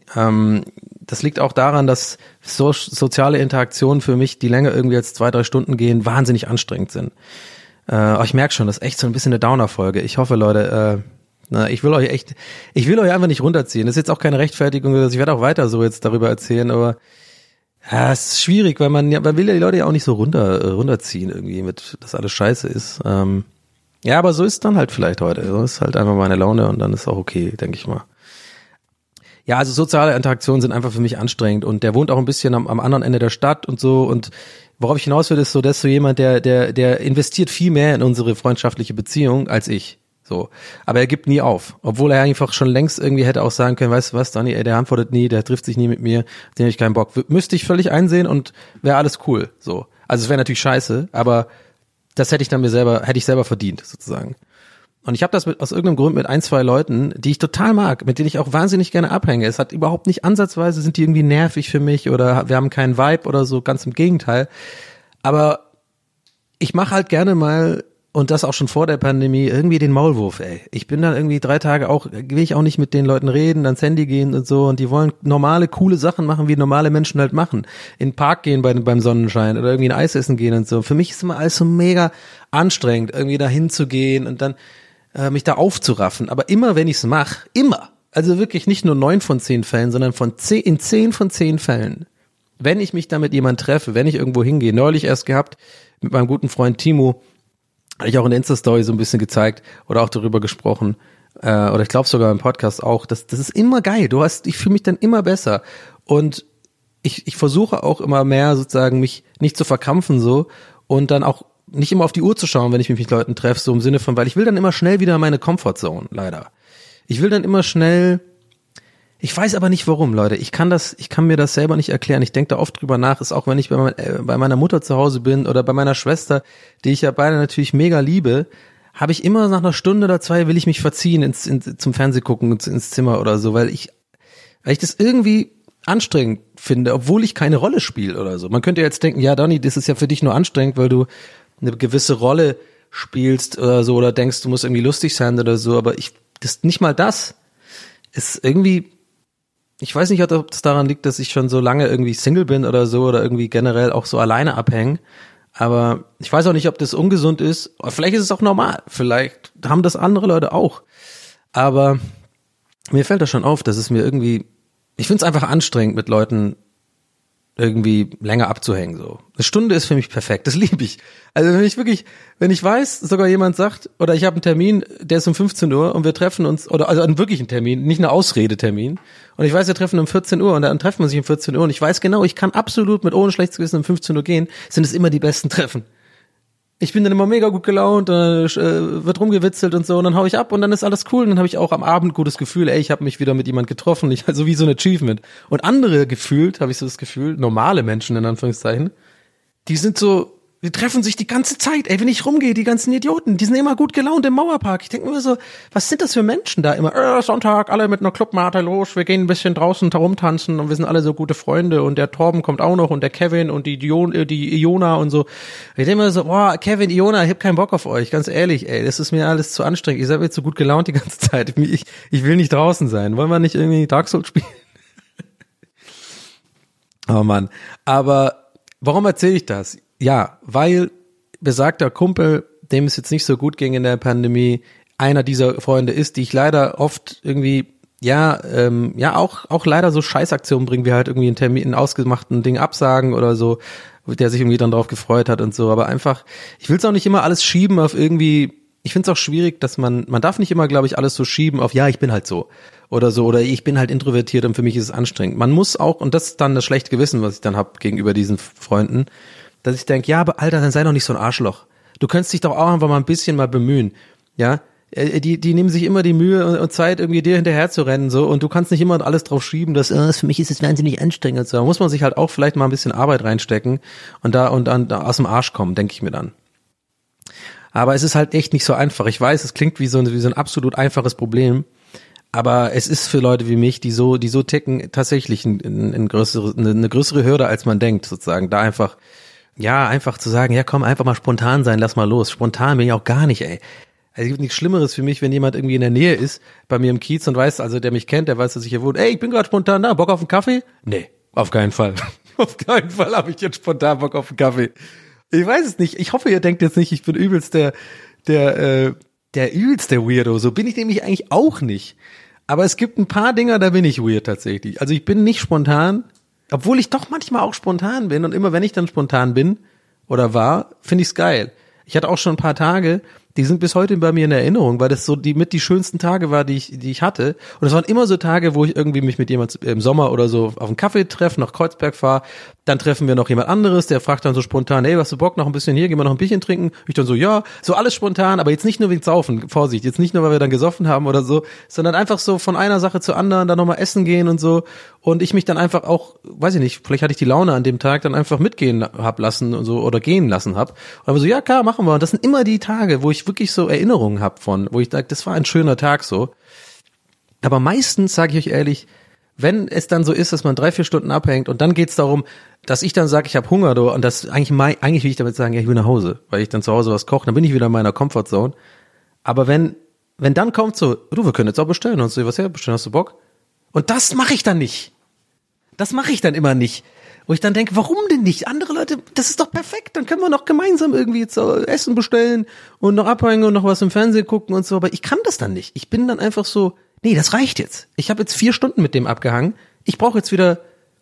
Das liegt auch daran, dass soziale Interaktionen für mich, die länger irgendwie als 2, 3 Stunden gehen, wahnsinnig anstrengend sind. Ich merke schon, das ist echt so ein bisschen eine Downer-Folge. Ich hoffe, Leute, ich will euch einfach nicht runterziehen. Das ist jetzt auch keine Rechtfertigung, ich werde auch weiter so jetzt darüber erzählen, aber ja, es ist schwierig, weil man will ja die Leute ja auch nicht so runterziehen irgendwie mit, dass alles scheiße ist. Ja, aber so ist es dann halt vielleicht heute. So ist halt einfach meine Laune und dann ist auch okay, denke ich mal. Ja, also soziale Interaktionen sind einfach für mich anstrengend und der wohnt auch ein bisschen am anderen Ende der Stadt und so und worauf ich hinaus will, ist so, dass so jemand, der investiert viel mehr in unsere freundschaftliche Beziehung als ich. So. Aber er gibt nie auf. Obwohl er einfach schon längst irgendwie hätte auch sagen können, weißt du was, Dani, der antwortet nie, der trifft sich nie mit mir, den habe ich keinen Bock. Müsste ich völlig einsehen und wäre alles cool. So. Also es wäre natürlich scheiße, aber das hätte ich selber verdient, sozusagen. Und ich habe das aus irgendeinem Grund mit 1, 2 Leuten, die ich total mag, mit denen ich auch wahnsinnig gerne abhänge. Es hat überhaupt nicht ansatzweise, sind die irgendwie nervig für mich oder wir haben keinen Vibe oder so, ganz im Gegenteil. Aber ich mache halt gerne mal, und das auch schon vor der Pandemie, irgendwie den Maulwurf, ey. Ich bin dann irgendwie 3 Tage will ich auch nicht mit den Leuten reden, ans Handy gehen und so, und die wollen normale, coole Sachen machen, wie normale Menschen halt machen. In den Park gehen beim Sonnenschein oder irgendwie ein Eis essen gehen und so. Für mich ist immer alles so mega anstrengend, irgendwie da hinzugehen und dann mich da aufzuraffen. Aber immer, wenn ich's mache, also wirklich nicht nur 9 von 10 Fällen, sondern in 10 von 10 Fällen, wenn ich mich da mit jemand treffe, wenn ich irgendwo hingehe, neulich erst gehabt mit meinem guten Freund Timo, habe ich auch in der Insta-Story so ein bisschen gezeigt oder auch darüber gesprochen, oder ich glaube sogar im Podcast auch, das ist immer geil, ich fühle mich dann immer besser und ich versuche auch immer mehr sozusagen mich nicht zu verkrampfen so und dann auch nicht immer auf die Uhr zu schauen, wenn ich mich mit Leuten treffe, so im Sinne von, weil ich will dann immer schnell wieder in meine Comfortzone, leider. Ich will dann immer schnell Ich weiß aber nicht warum, Leute. Ich kann mir das selber nicht erklären. Ich denke da oft drüber nach, ist auch wenn ich bei meiner Mutter zu Hause bin oder bei meiner Schwester, die ich ja beide natürlich mega liebe, habe ich immer nach einer Stunde oder zwei will ich mich verziehen zum Fernseh gucken ins Zimmer oder so, weil ich das irgendwie anstrengend finde, obwohl ich keine Rolle spiele oder so. Man könnte jetzt denken, ja Donny, das ist ja für dich nur anstrengend, weil du eine gewisse Rolle spielst oder so oder denkst, du musst irgendwie lustig sein oder so, aber nicht mal das ist irgendwie. Ich weiß nicht, ob es daran liegt, dass ich schon so lange irgendwie Single bin oder so oder irgendwie generell auch so alleine abhängen. Aber ich weiß auch nicht, ob das ungesund ist. Oder vielleicht ist es auch normal. Vielleicht haben das andere Leute auch. Aber mir fällt das schon auf, dass es mir irgendwie, ich finde es einfach anstrengend, mit Leuten irgendwie länger abzuhängen, so. Eine Stunde ist für mich perfekt, das liebe ich. Also wenn ich weiß, sogar jemand sagt, oder ich habe einen Termin, der ist um 15 Uhr und wir treffen uns, also einen wirklichen Termin, nicht einen Ausredetermin, und ich weiß, wir treffen um 14 Uhr und dann treffen wir sich um 14 Uhr und ich weiß genau, ich kann absolut mit ohne schlechtes Gewissen um 15 Uhr gehen, sind es immer die besten Treffen. Ich bin dann immer mega gut gelaunt, wird rumgewitzelt und so und dann hau ich ab und dann ist alles cool und dann habe ich auch am Abend gutes Gefühl, ich habe mich wieder mit jemand getroffen, also wie so ein Achievement. Und andere gefühlt, habe ich so das Gefühl, normale Menschen in Anführungszeichen, die treffen sich die ganze Zeit, wenn ich rumgehe, die ganzen Idioten, die sind immer gut gelaunt im Mauerpark. Ich denke mir so, was sind das für Menschen da immer? Sonntag, alle mit einer Clubmate los, wir gehen ein bisschen draußen herumtanzen und wir sind alle so gute Freunde und der Torben kommt auch noch und der Kevin und die Iona und so. Ich denke mir so, Kevin, Iona, ich hab keinen Bock auf euch, ganz ehrlich, das ist mir alles zu anstrengend. Ihr seid jetzt so gut gelaunt die ganze Zeit. Ich will nicht draußen sein. Wollen wir nicht irgendwie Dark Souls spielen? Oh Mann. Aber warum erzähle ich das? Ja, weil besagter Kumpel, dem es jetzt nicht so gut ging in der Pandemie, einer dieser Freunde ist, die ich leider oft irgendwie, auch leider so Scheißaktionen bringen, wie halt irgendwie einen Termin, einen ausgemachten Ding absagen oder so, der sich irgendwie dann drauf gefreut hat und so, aber einfach, ich will es auch nicht immer alles schieben auf irgendwie, ich finde es auch schwierig, dass man darf nicht immer, glaube ich, alles so schieben auf, ja, ich bin halt so, oder ich bin halt introvertiert und für mich ist es anstrengend. Man muss auch, und das ist dann das schlechte Gewissen, was ich dann habe gegenüber diesen Freunden, dass ich denke, ja, aber Alter, dann sei doch nicht so ein Arschloch. Du könntest dich doch auch einfach mal ein bisschen mal bemühen, ja. Die nehmen sich immer die Mühe und Zeit, irgendwie dir hinterher zu rennen, so, und du kannst nicht immer alles drauf schieben, dass für mich ist es wahnsinnig anstrengend, so. Da muss man sich halt auch vielleicht mal ein bisschen Arbeit reinstecken und dann aus dem Arsch kommen, denke ich mir dann. Aber es ist halt echt nicht so einfach. Ich weiß, es klingt wie so ein absolut einfaches Problem, aber es ist für Leute wie mich, die so ticken, tatsächlich eine größere Hürde, als man denkt, sozusagen, da einfach zu sagen, ja komm, einfach mal spontan sein, lass mal los. Spontan bin ich auch gar nicht, ey. Also es gibt nichts Schlimmeres für mich, wenn jemand irgendwie in der Nähe ist, bei mir im Kiez und weiß, also der mich kennt, der weiß, dass ich hier wohne. Ich bin gerade spontan da, Bock auf einen Kaffee? Nee, auf keinen Fall. Auf keinen Fall habe ich jetzt spontan Bock auf einen Kaffee. Ich weiß es nicht. Ich hoffe, ihr denkt jetzt nicht, ich bin übelst der übelste Weirdo. So bin ich nämlich eigentlich auch nicht. Aber es gibt ein paar Dinger, da bin ich weird tatsächlich. Also ich bin nicht spontan, obwohl ich doch manchmal auch spontan bin. Und immer wenn ich dann spontan bin oder war, finde ich's geil. Ich hatte auch schon ein paar Tage, die sind bis heute bei mir in Erinnerung, weil das so die schönsten Tage war, die ich hatte. Und es waren immer so Tage, wo ich irgendwie mich mit jemand im Sommer oder so auf einen Kaffee treffe, nach Kreuzberg fahre. Dann treffen wir noch jemand anderes, der fragt dann so spontan, hey, hast du Bock, noch ein bisschen hier, gehen wir noch ein Bierchen trinken? Ich dann so, ja, so alles spontan, aber jetzt nicht nur wegen Saufen, Vorsicht, jetzt nicht nur, weil wir dann gesoffen haben oder so, sondern einfach so von einer Sache zur anderen, dann nochmal essen gehen und so. Und ich mich dann einfach auch, weiß ich nicht, vielleicht hatte ich die Laune an dem Tag, dann einfach mitgehen hab lassen und so oder gehen lassen hab. Und dann so, ja klar, machen wir. Und das sind immer die Tage, wo ich wirklich so Erinnerungen hab von, wo ich sage, das war ein schöner Tag so. Aber meistens, sage ich euch ehrlich, wenn es dann so ist, dass man 3-4 Stunden abhängt und dann geht's darum, dass ich dann sage, ich habe Hunger, und das eigentlich will ich damit sagen, ja, ich will nach Hause, weil ich dann zu Hause was koche, dann bin ich wieder in meiner Comfortzone. Aber wenn dann kommt so, du, wir können jetzt auch bestellen, und so, was bestellen, hast du Bock? Und das mache ich dann nicht. Das mache ich dann immer nicht. Wo ich dann denke, warum denn nicht? Andere Leute, das ist doch perfekt, dann können wir noch gemeinsam irgendwie jetzt Essen bestellen und noch abhängen und noch was im Fernsehen gucken und so, aber ich kann das dann nicht. Ich bin dann einfach so, nee, das reicht jetzt. Ich habe jetzt 4 Stunden mit dem abgehangen. Ich muss jetzt wieder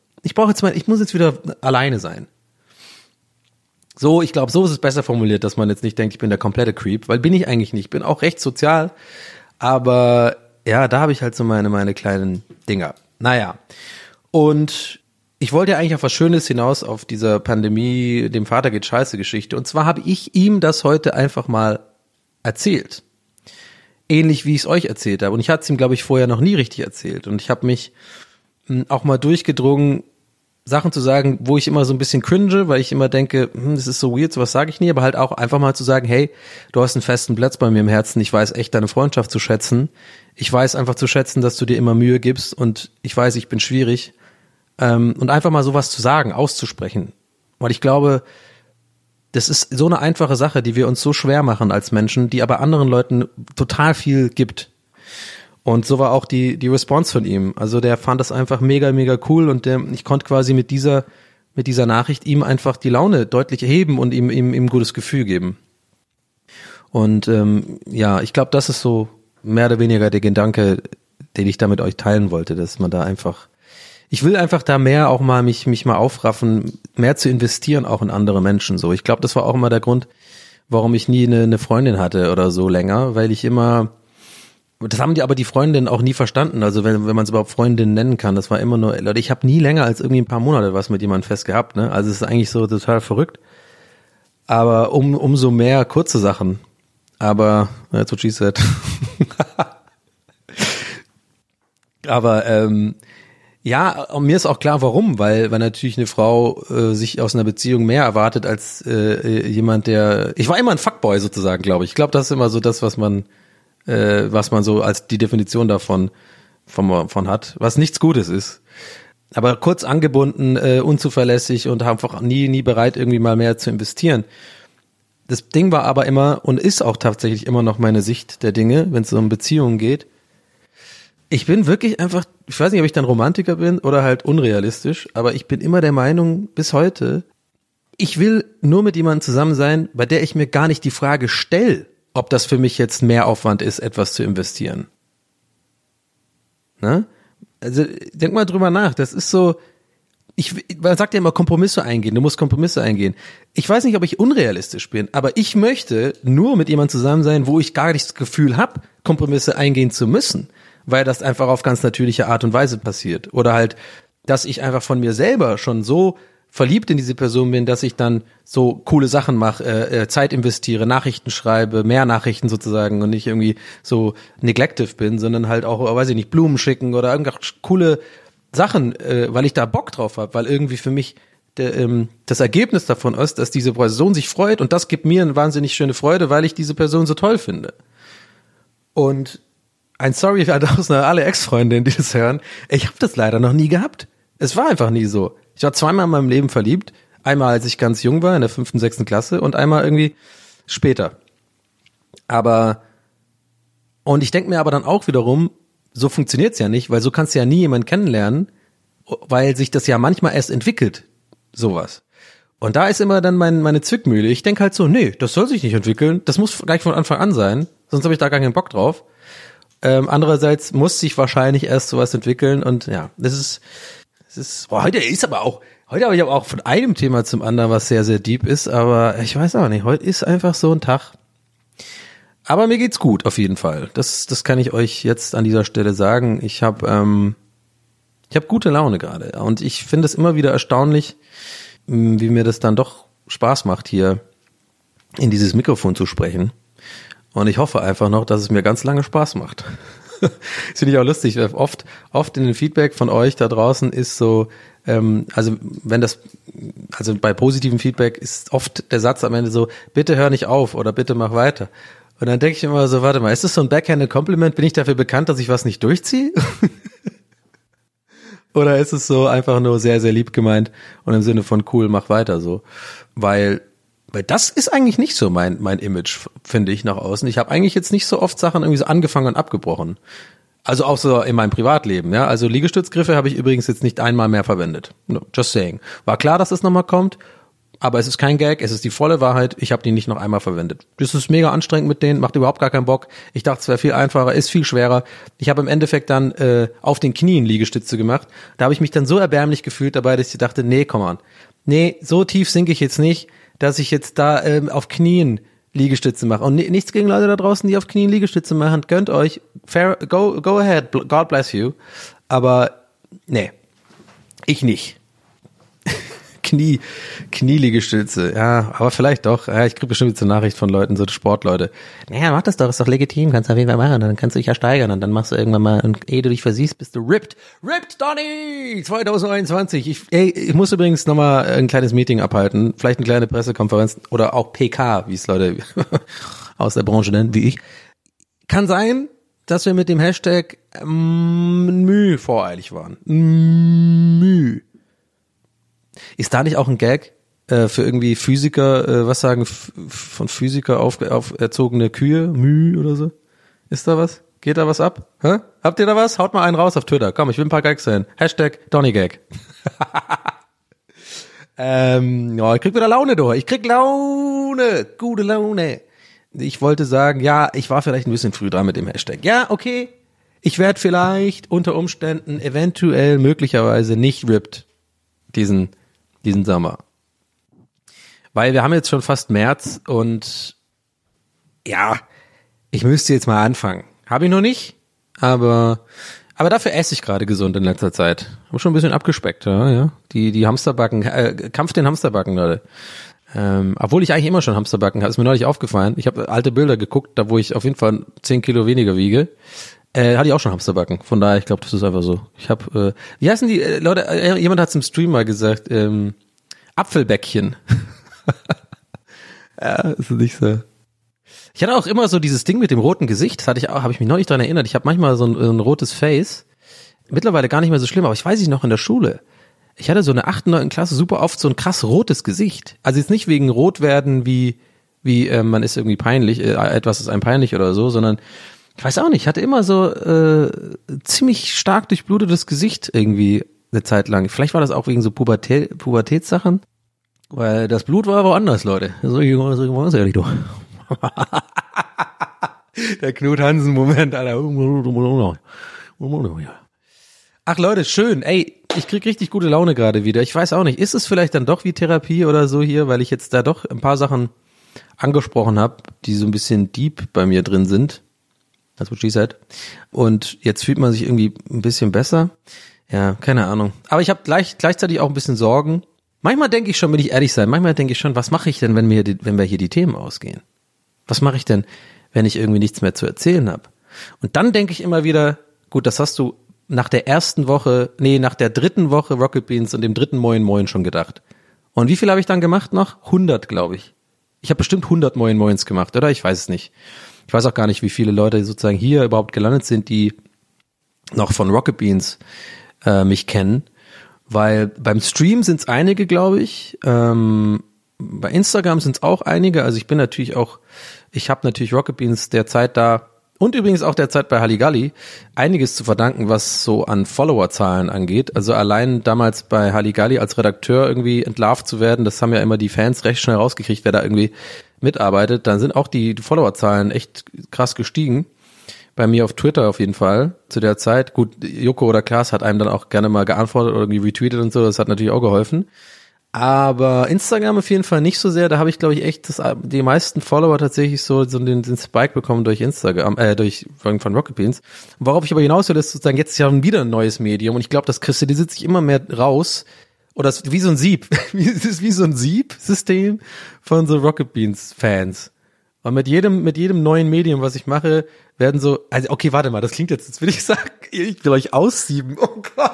alleine sein. So, ich glaube, so ist es besser formuliert, dass man jetzt nicht denkt, ich bin der komplette Creep, weil bin ich eigentlich nicht. Ich bin auch recht sozial, aber ja, da habe ich halt so meine kleinen Dinger. Naja, und ich wollte ja eigentlich auf was Schönes hinaus, auf dieser Pandemie, dem Vater geht scheiße Geschichte. Und zwar habe ich ihm das heute einfach mal erzählt. ähnlich wie ich es euch erzählt habe. Und ich hatte es ihm, glaube ich, vorher noch nie richtig erzählt. Und ich habe mich auch mal durchgedrungen, Sachen zu sagen, wo ich immer so ein bisschen cringe, weil ich immer denke, das ist so weird, sowas sage ich nie, aber halt auch einfach mal zu sagen, hey, du hast einen festen Platz bei mir im Herzen, ich weiß echt deine Freundschaft zu schätzen, ich weiß einfach zu schätzen, dass du dir immer Mühe gibst und ich weiß, ich bin schwierig, und einfach mal sowas zu sagen, auszusprechen, weil ich glaube, das ist so eine einfache Sache, die wir uns so schwer machen als Menschen, die aber anderen Leuten total viel gibt. Und so war auch die Response von ihm. Also der fand das einfach mega, mega cool und ich konnte quasi mit dieser Nachricht ihm einfach die Laune deutlich heben und ihm ein gutes Gefühl geben. Und ja, ich glaube, das ist so mehr oder weniger der Gedanke, den ich da mit euch teilen wollte, dass man da einfach, ich will einfach da mehr auch mal mich mal aufraffen, mehr zu investieren auch in andere Menschen. So, ich glaube, das war auch immer der Grund, warum ich nie eine Freundin hatte oder so länger, weil ich immer, das haben die aber die Freundinnen auch nie verstanden, also wenn man es überhaupt Freundinnen nennen kann, das war immer nur, Leute, ich habe nie länger als irgendwie ein paar Monate was mit jemandem fest gehabt, ne? Also es ist eigentlich so total verrückt, aber umso mehr kurze Sachen, aber that's what she said. Aber ja, und mir ist auch klar, warum, weil natürlich eine Frau sich aus einer Beziehung mehr erwartet als jemand, der, ich war immer ein Fuckboy sozusagen, glaube ich. Ich glaube, das ist immer so das, was man so als die Definition davon von hat, was nichts Gutes ist. Aber kurz angebunden, unzuverlässig und einfach nie bereit, irgendwie mal mehr zu investieren. Das Ding war aber immer und ist auch tatsächlich immer noch meine Sicht der Dinge, wenn es um Beziehungen geht. Ich bin wirklich einfach, ich weiß nicht, ob ich dann Romantiker bin oder halt unrealistisch, aber ich bin immer der Meinung, bis heute, ich will nur mit jemandem zusammen sein, bei der ich mir gar nicht die Frage stelle, ob das für mich jetzt mehr Aufwand ist, etwas zu investieren. Ne? Also denk mal drüber nach, das ist so, man sagt ja immer Kompromisse eingehen, du musst Kompromisse eingehen. Ich weiß nicht, ob ich unrealistisch bin, aber ich möchte nur mit jemandem zusammen sein, wo ich gar nicht das Gefühl habe, Kompromisse eingehen zu müssen, weil das einfach auf ganz natürliche Art und Weise passiert. Oder halt, dass ich einfach von mir selber schon so verliebt in diese Person bin, dass ich dann so coole Sachen mache, Zeit investiere, Nachrichten schreibe, mehr Nachrichten sozusagen und nicht irgendwie so neglective bin, sondern halt auch, weiß ich nicht, Blumen schicken oder irgendwelche coole Sachen, weil ich da Bock drauf habe, weil irgendwie für mich das Ergebnis davon ist, dass diese Person sich freut und das gibt mir eine wahnsinnig schöne Freude, weil ich diese Person so toll finde. Und ein Sorry für alle Ex-Freundinnen, die das hören, ich habe das leider noch nie gehabt. Es war einfach nie so. Ich war zweimal in meinem Leben verliebt. Einmal, als ich ganz jung war, in der 5., 6. Klasse und einmal irgendwie später. Und ich denke mir aber dann auch wiederum, so funktioniert's ja nicht, weil so kannst du ja nie jemanden kennenlernen, weil sich das ja manchmal erst entwickelt, sowas. Und da ist immer dann meine Zwickmühle. Ich denke halt so, nee, das soll sich nicht entwickeln, das muss gleich von Anfang an sein, sonst habe ich da gar keinen Bock drauf. Andererseits muss sich wahrscheinlich erst sowas entwickeln und ja, heute habe ich aber auch von einem Thema zum anderen, was sehr, sehr deep ist, aber ich weiß auch nicht, heute ist einfach so ein Tag. Aber mir geht's gut, auf jeden Fall. Das kann ich euch jetzt an dieser Stelle sagen. Ich habe gute Laune gerade und ich finde es immer wieder erstaunlich, wie mir das dann doch Spaß macht, hier in dieses Mikrofon zu sprechen. Und ich hoffe einfach noch, dass es mir ganz lange Spaß macht. Das finde ich auch lustig. Oft in den Feedback von euch da draußen ist so, also bei positivem Feedback ist oft der Satz am Ende so, bitte hör nicht auf oder bitte mach weiter. Und dann denke ich immer so, warte mal, ist das so ein backhanded Compliment? Bin ich dafür bekannt, dass ich was nicht durchziehe? Oder ist es so einfach nur sehr, sehr lieb gemeint und im Sinne von cool, mach weiter so? Weil das ist eigentlich nicht so mein Image, finde ich, nach außen. Ich habe eigentlich jetzt nicht so oft Sachen irgendwie so angefangen und abgebrochen. Also auch so in meinem Privatleben, ja. Also Liegestützgriffe habe ich übrigens jetzt nicht einmal mehr verwendet. No, just saying. War klar, dass das nochmal kommt, aber es ist kein Gag, es ist die volle Wahrheit. Ich habe die nicht noch einmal verwendet. Das ist mega anstrengend mit denen, macht überhaupt gar keinen Bock. Ich dachte, es wäre viel einfacher, ist viel schwerer. Ich habe im Endeffekt dann auf den Knien Liegestütze gemacht. Da habe ich mich dann so erbärmlich gefühlt dabei, dass ich dachte, nee, come on. Nee, so tief sinke ich jetzt nicht, dass ich jetzt da auf Knien Liegestütze mache. Und nichts gegen Leute da draußen, die auf Knien Liegestütze machen. Gönnt euch. Fair, go ahead. God bless you. Aber nee, ich nicht. Knieliegestütze. Ja, aber vielleicht doch. Ja, ich krieg bestimmt jetzt eine Nachricht von Leuten, so Sportleute. Naja, mach das doch, ist doch legitim, kannst du auf jeden Fall machen, dann kannst du dich ja steigern und dann machst du irgendwann mal, und ehe du dich versiehst, bist du ripped. Ripped, Donny! 2021. Ich muss übrigens nochmal ein kleines Meeting abhalten, vielleicht eine kleine Pressekonferenz oder auch PK, wie es Leute aus der Branche nennen, wie ich. Kann sein, dass wir mit dem Hashtag voreilig waren. Ist da nicht auch ein Gag für irgendwie Physiker, was sagen von Physiker auferzogene Kühe, oder so? Ist da was? Geht da was ab? Hä? Habt ihr da was? Haut mal einen raus auf Twitter. Komm, ich will ein paar Gags sehen. Hashtag Donny-Gag. Ja, ich krieg wieder Laune durch. Ich krieg Laune. Gute Laune. Ich wollte sagen, ja, ich war vielleicht ein bisschen früh dran mit dem Hashtag. Ja, okay. Ich werde vielleicht unter Umständen eventuell möglicherweise nicht ripped diesen Sommer. Weil wir haben jetzt schon fast März und ja, ich müsste jetzt mal anfangen. Habe ich noch nicht, aber dafür esse ich gerade gesund in letzter Zeit. Habe schon ein bisschen abgespeckt, ja. Die Hamsterbacken, Kampf den Hamsterbacken, Leute. Obwohl ich eigentlich immer schon Hamsterbacken habe, ist mir neulich aufgefallen. Ich habe alte Bilder geguckt, da wo ich auf jeden Fall 10 Kilo weniger wiege. Hatte ich auch schon Hamsterbacken. Von daher, ich glaube, das ist einfach so. Ich habe, wie heißen die Leute? Jemand hat es im Stream mal gesagt, Apfelbäckchen. Ja, ist nicht so. Ich hatte auch immer so dieses Ding mit dem roten Gesicht. Das hatte ich auch, habe ich mich neulich dran erinnert. Ich habe manchmal so ein rotes Face. Mittlerweile gar nicht mehr so schlimm, aber ich weiß nicht noch in der Schule. Ich hatte so eine 8., 9. Klasse super oft so ein krass rotes Gesicht. Also jetzt nicht wegen rot werden wie man ist irgendwie peinlich, etwas ist einem peinlich oder so, sondern ich weiß auch nicht, ich hatte immer so ziemlich stark durchblutetes Gesicht irgendwie eine Zeit lang. Vielleicht war das auch wegen so Pubertätssachen, weil das Blut war woanders, Leute. So ist ehrlich, du. Der Knut Hansen-Moment, Alter. Ach Leute, schön. Ey, ich krieg richtig gute Laune gerade wieder. Ich weiß auch nicht, ist es vielleicht dann doch wie Therapie oder so hier, weil ich jetzt da doch ein paar Sachen angesprochen habe, die so ein bisschen deep bei mir drin sind. That's what she said. Und jetzt fühlt man sich irgendwie ein bisschen besser. Ja, keine Ahnung. Aber ich habe gleichzeitig auch ein bisschen Sorgen. Manchmal denke ich schon, will ich ehrlich sein, manchmal denke ich schon, was mache ich denn, wenn wir hier die Themen ausgehen? Was mache ich denn, wenn ich irgendwie nichts mehr zu erzählen habe? Und dann denke ich immer wieder, gut, das hast du nach der 3. Woche Rocket Beans und dem 3. Moin Moin schon gedacht. Und wie viel habe ich dann gemacht noch? 100, glaube ich. Ich habe bestimmt 100 Moin Moins gemacht, oder? Ich weiß es nicht. Ich weiß auch gar nicht, wie viele Leute sozusagen hier überhaupt gelandet sind, die noch von Rocket Beans mich kennen. Weil beim Stream sind es einige, glaube ich. Bei Instagram sind es auch einige. Also ich habe natürlich Rocket Beans der Zeit da und übrigens auch der Zeit bei Halligalli einiges zu verdanken, was so an Followerzahlen angeht. Also allein damals bei Halligalli als Redakteur irgendwie entlarvt zu werden, das haben ja immer die Fans recht schnell rausgekriegt, wer da irgendwie mitarbeitet. Dann sind auch die Followerzahlen echt krass gestiegen. Bei mir auf Twitter auf jeden Fall zu der Zeit. Gut, Joko oder Klaas hat einem dann auch gerne mal geantwortet oder irgendwie retweetet und so, das hat natürlich auch geholfen. Aber Instagram auf jeden Fall nicht so sehr, da habe ich glaube ich echt die meisten Follower tatsächlich so den Spike bekommen durch Instagram, von Rocket Beans. Worauf ich aber hinaus will, ist sozusagen jetzt ja wieder ein neues Medium und ich glaube, das kristallisiert sich immer mehr raus. Oder es ist wie so ein Sieb. Es ist wie so ein Siebsystem von so Rocket Beans Fans. Und mit jedem neuen Medium, was ich mache, werden so, also okay, warte mal, das klingt jetzt will ich sagen, ich will euch aussieben, oh Gott.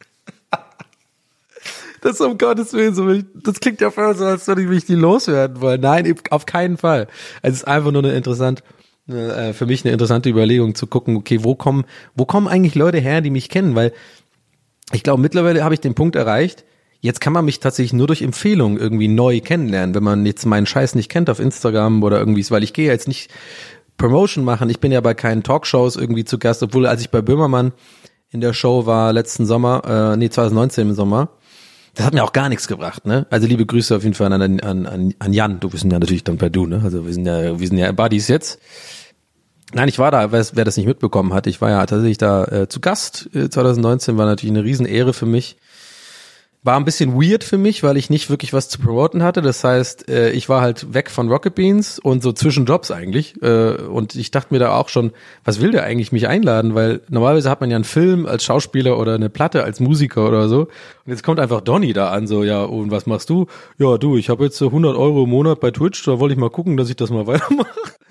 Das um Gottes Willen, so, das klingt ja voll so, als würde ich die loswerden wollen. Nein, auf keinen Fall. Also es ist einfach nur für mich eine interessante Überlegung zu gucken, okay, wo kommen eigentlich Leute her, die mich kennen? Weil ich glaube, mittlerweile habe ich den Punkt erreicht, jetzt kann man mich tatsächlich nur durch Empfehlungen irgendwie neu kennenlernen, wenn man jetzt meinen Scheiß nicht kennt auf Instagram oder irgendwie, weil ich gehe jetzt nicht Promotion machen, ich bin ja bei keinen Talkshows irgendwie zu Gast, obwohl als ich bei Böhmermann in der Show war letzten Sommer, 2019 im Sommer, das hat mir auch gar nichts gebracht, ne? Also liebe Grüße auf jeden Fall an Jan, du bist ja natürlich dann bei du, ne? Also wir sind ja Buddies jetzt. Nein, ich war da, wer das nicht mitbekommen hat, ich war ja tatsächlich da zu Gast 2019, war natürlich eine Riesenehre für mich. War ein bisschen weird für mich, weil ich nicht wirklich was zu promoten hatte. Das heißt, ich war halt weg von Rocket Beans und so zwischen Jobs eigentlich. Und ich dachte mir da auch schon, was will der eigentlich mich einladen? Weil normalerweise hat man ja einen Film als Schauspieler oder eine Platte als Musiker oder so. Und jetzt kommt einfach Donny da an, so, ja, und was machst du? Ja, du, ich habe jetzt so 100 € im Monat bei Twitch, da wollte ich mal gucken, dass ich das mal weitermache.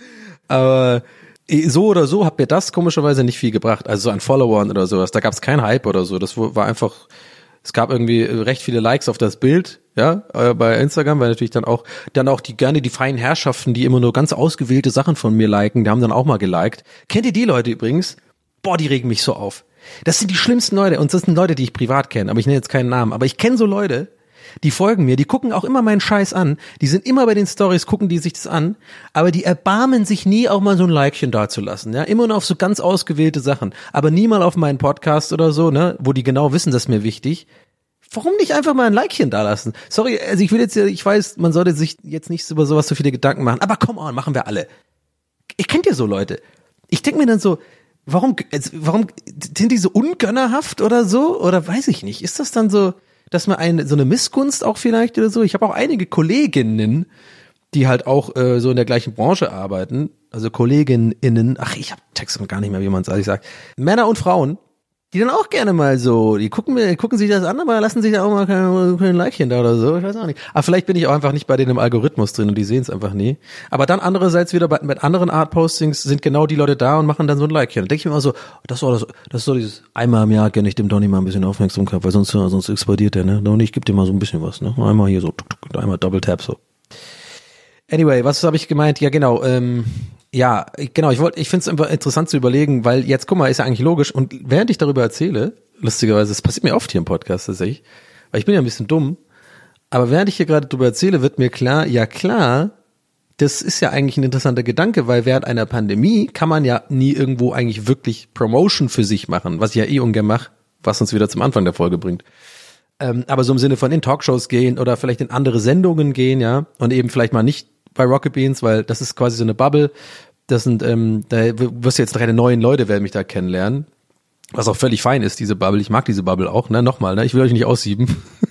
Aber so oder so hat mir das komischerweise nicht viel gebracht. Also so an Followern oder sowas. Da gab es keinen Hype oder so. Das war einfach... Es gab irgendwie recht viele Likes auf das Bild, ja, bei Instagram, weil natürlich dann auch die feinen Herrschaften, die immer nur ganz ausgewählte Sachen von mir liken, die haben dann auch mal geliked. Kennt ihr die Leute übrigens? Boah, die regen mich so auf. Das sind die schlimmsten Leute und das sind Leute, die ich privat kenne, aber ich nenne jetzt keinen Namen, aber ich kenne so Leute, die folgen mir, die gucken auch immer meinen Scheiß an, die sind immer bei den Stories, gucken die sich das an, aber die erbarmen sich nie, auch mal so ein Likechen dazulassen, ja, immer nur auf so ganz ausgewählte Sachen, aber nie mal auf meinen Podcast oder so, ne, wo die genau wissen, das ist mir wichtig. Warum nicht einfach mal ein Likechen dalassen? Sorry, also ich weiß, man sollte sich jetzt nicht über sowas so viele Gedanken machen, aber come on, machen wir alle. Ich kennt ja so Leute. Ich denke mir dann so, warum sind die so ungönnerhaft oder so? Oder weiß ich nicht. Ist das dann so, dass man so eine Missgunst auch vielleicht oder so? Ich habe auch einige Kolleginnen, die halt auch so in der gleichen Branche arbeiten. Also KollegInnen, ich habe Texte gar nicht mehr, wie man es eigentlich sagt. Männer und Frauen, die dann auch gerne mal so, die gucken sich das an, aber lassen sich da auch mal kein Likechen da oder so, ich weiß auch nicht. Aber vielleicht bin ich auch einfach nicht bei denen im Algorithmus drin und die sehen es einfach nie. Aber dann andererseits wieder mit anderen Art-Postings sind genau die Leute da und machen dann so ein Likechen. Da denke ich mir immer so, das ist so dieses, einmal im Jahr gönne ich dem Donny mal ein bisschen Aufmerksamkeit, weil sonst explodiert der, ne? Donny, ich gebe dir mal so ein bisschen was, ne? Einmal hier so, einmal Double Tap so. Anyway, was habe ich gemeint? Ja, genau, ja, genau, ich finde es einfach interessant zu überlegen, weil jetzt, guck mal, ist ja eigentlich logisch und während ich darüber erzähle, lustigerweise, das passiert mir oft hier im Podcast tatsächlich, weil ich bin ja ein bisschen dumm, aber während ich hier gerade darüber erzähle, wird mir klar, ja klar, das ist ja eigentlich ein interessanter Gedanke, weil während einer Pandemie kann man ja nie irgendwo eigentlich wirklich Promotion für sich machen, was ich ja ungern mache, was uns wieder zum Anfang der Folge bringt. Aber so im Sinne von in Talkshows gehen oder vielleicht in andere Sendungen gehen, ja, und eben vielleicht mal nicht bei Rocket Beans, weil das ist quasi so eine Bubble. Das sind, da wirst du jetzt keine neuen Leute werden mich da kennenlernen. Was auch völlig fein ist, diese Bubble. Ich mag diese Bubble auch, ne? Nochmal, ne? Ich will euch nicht aussieben.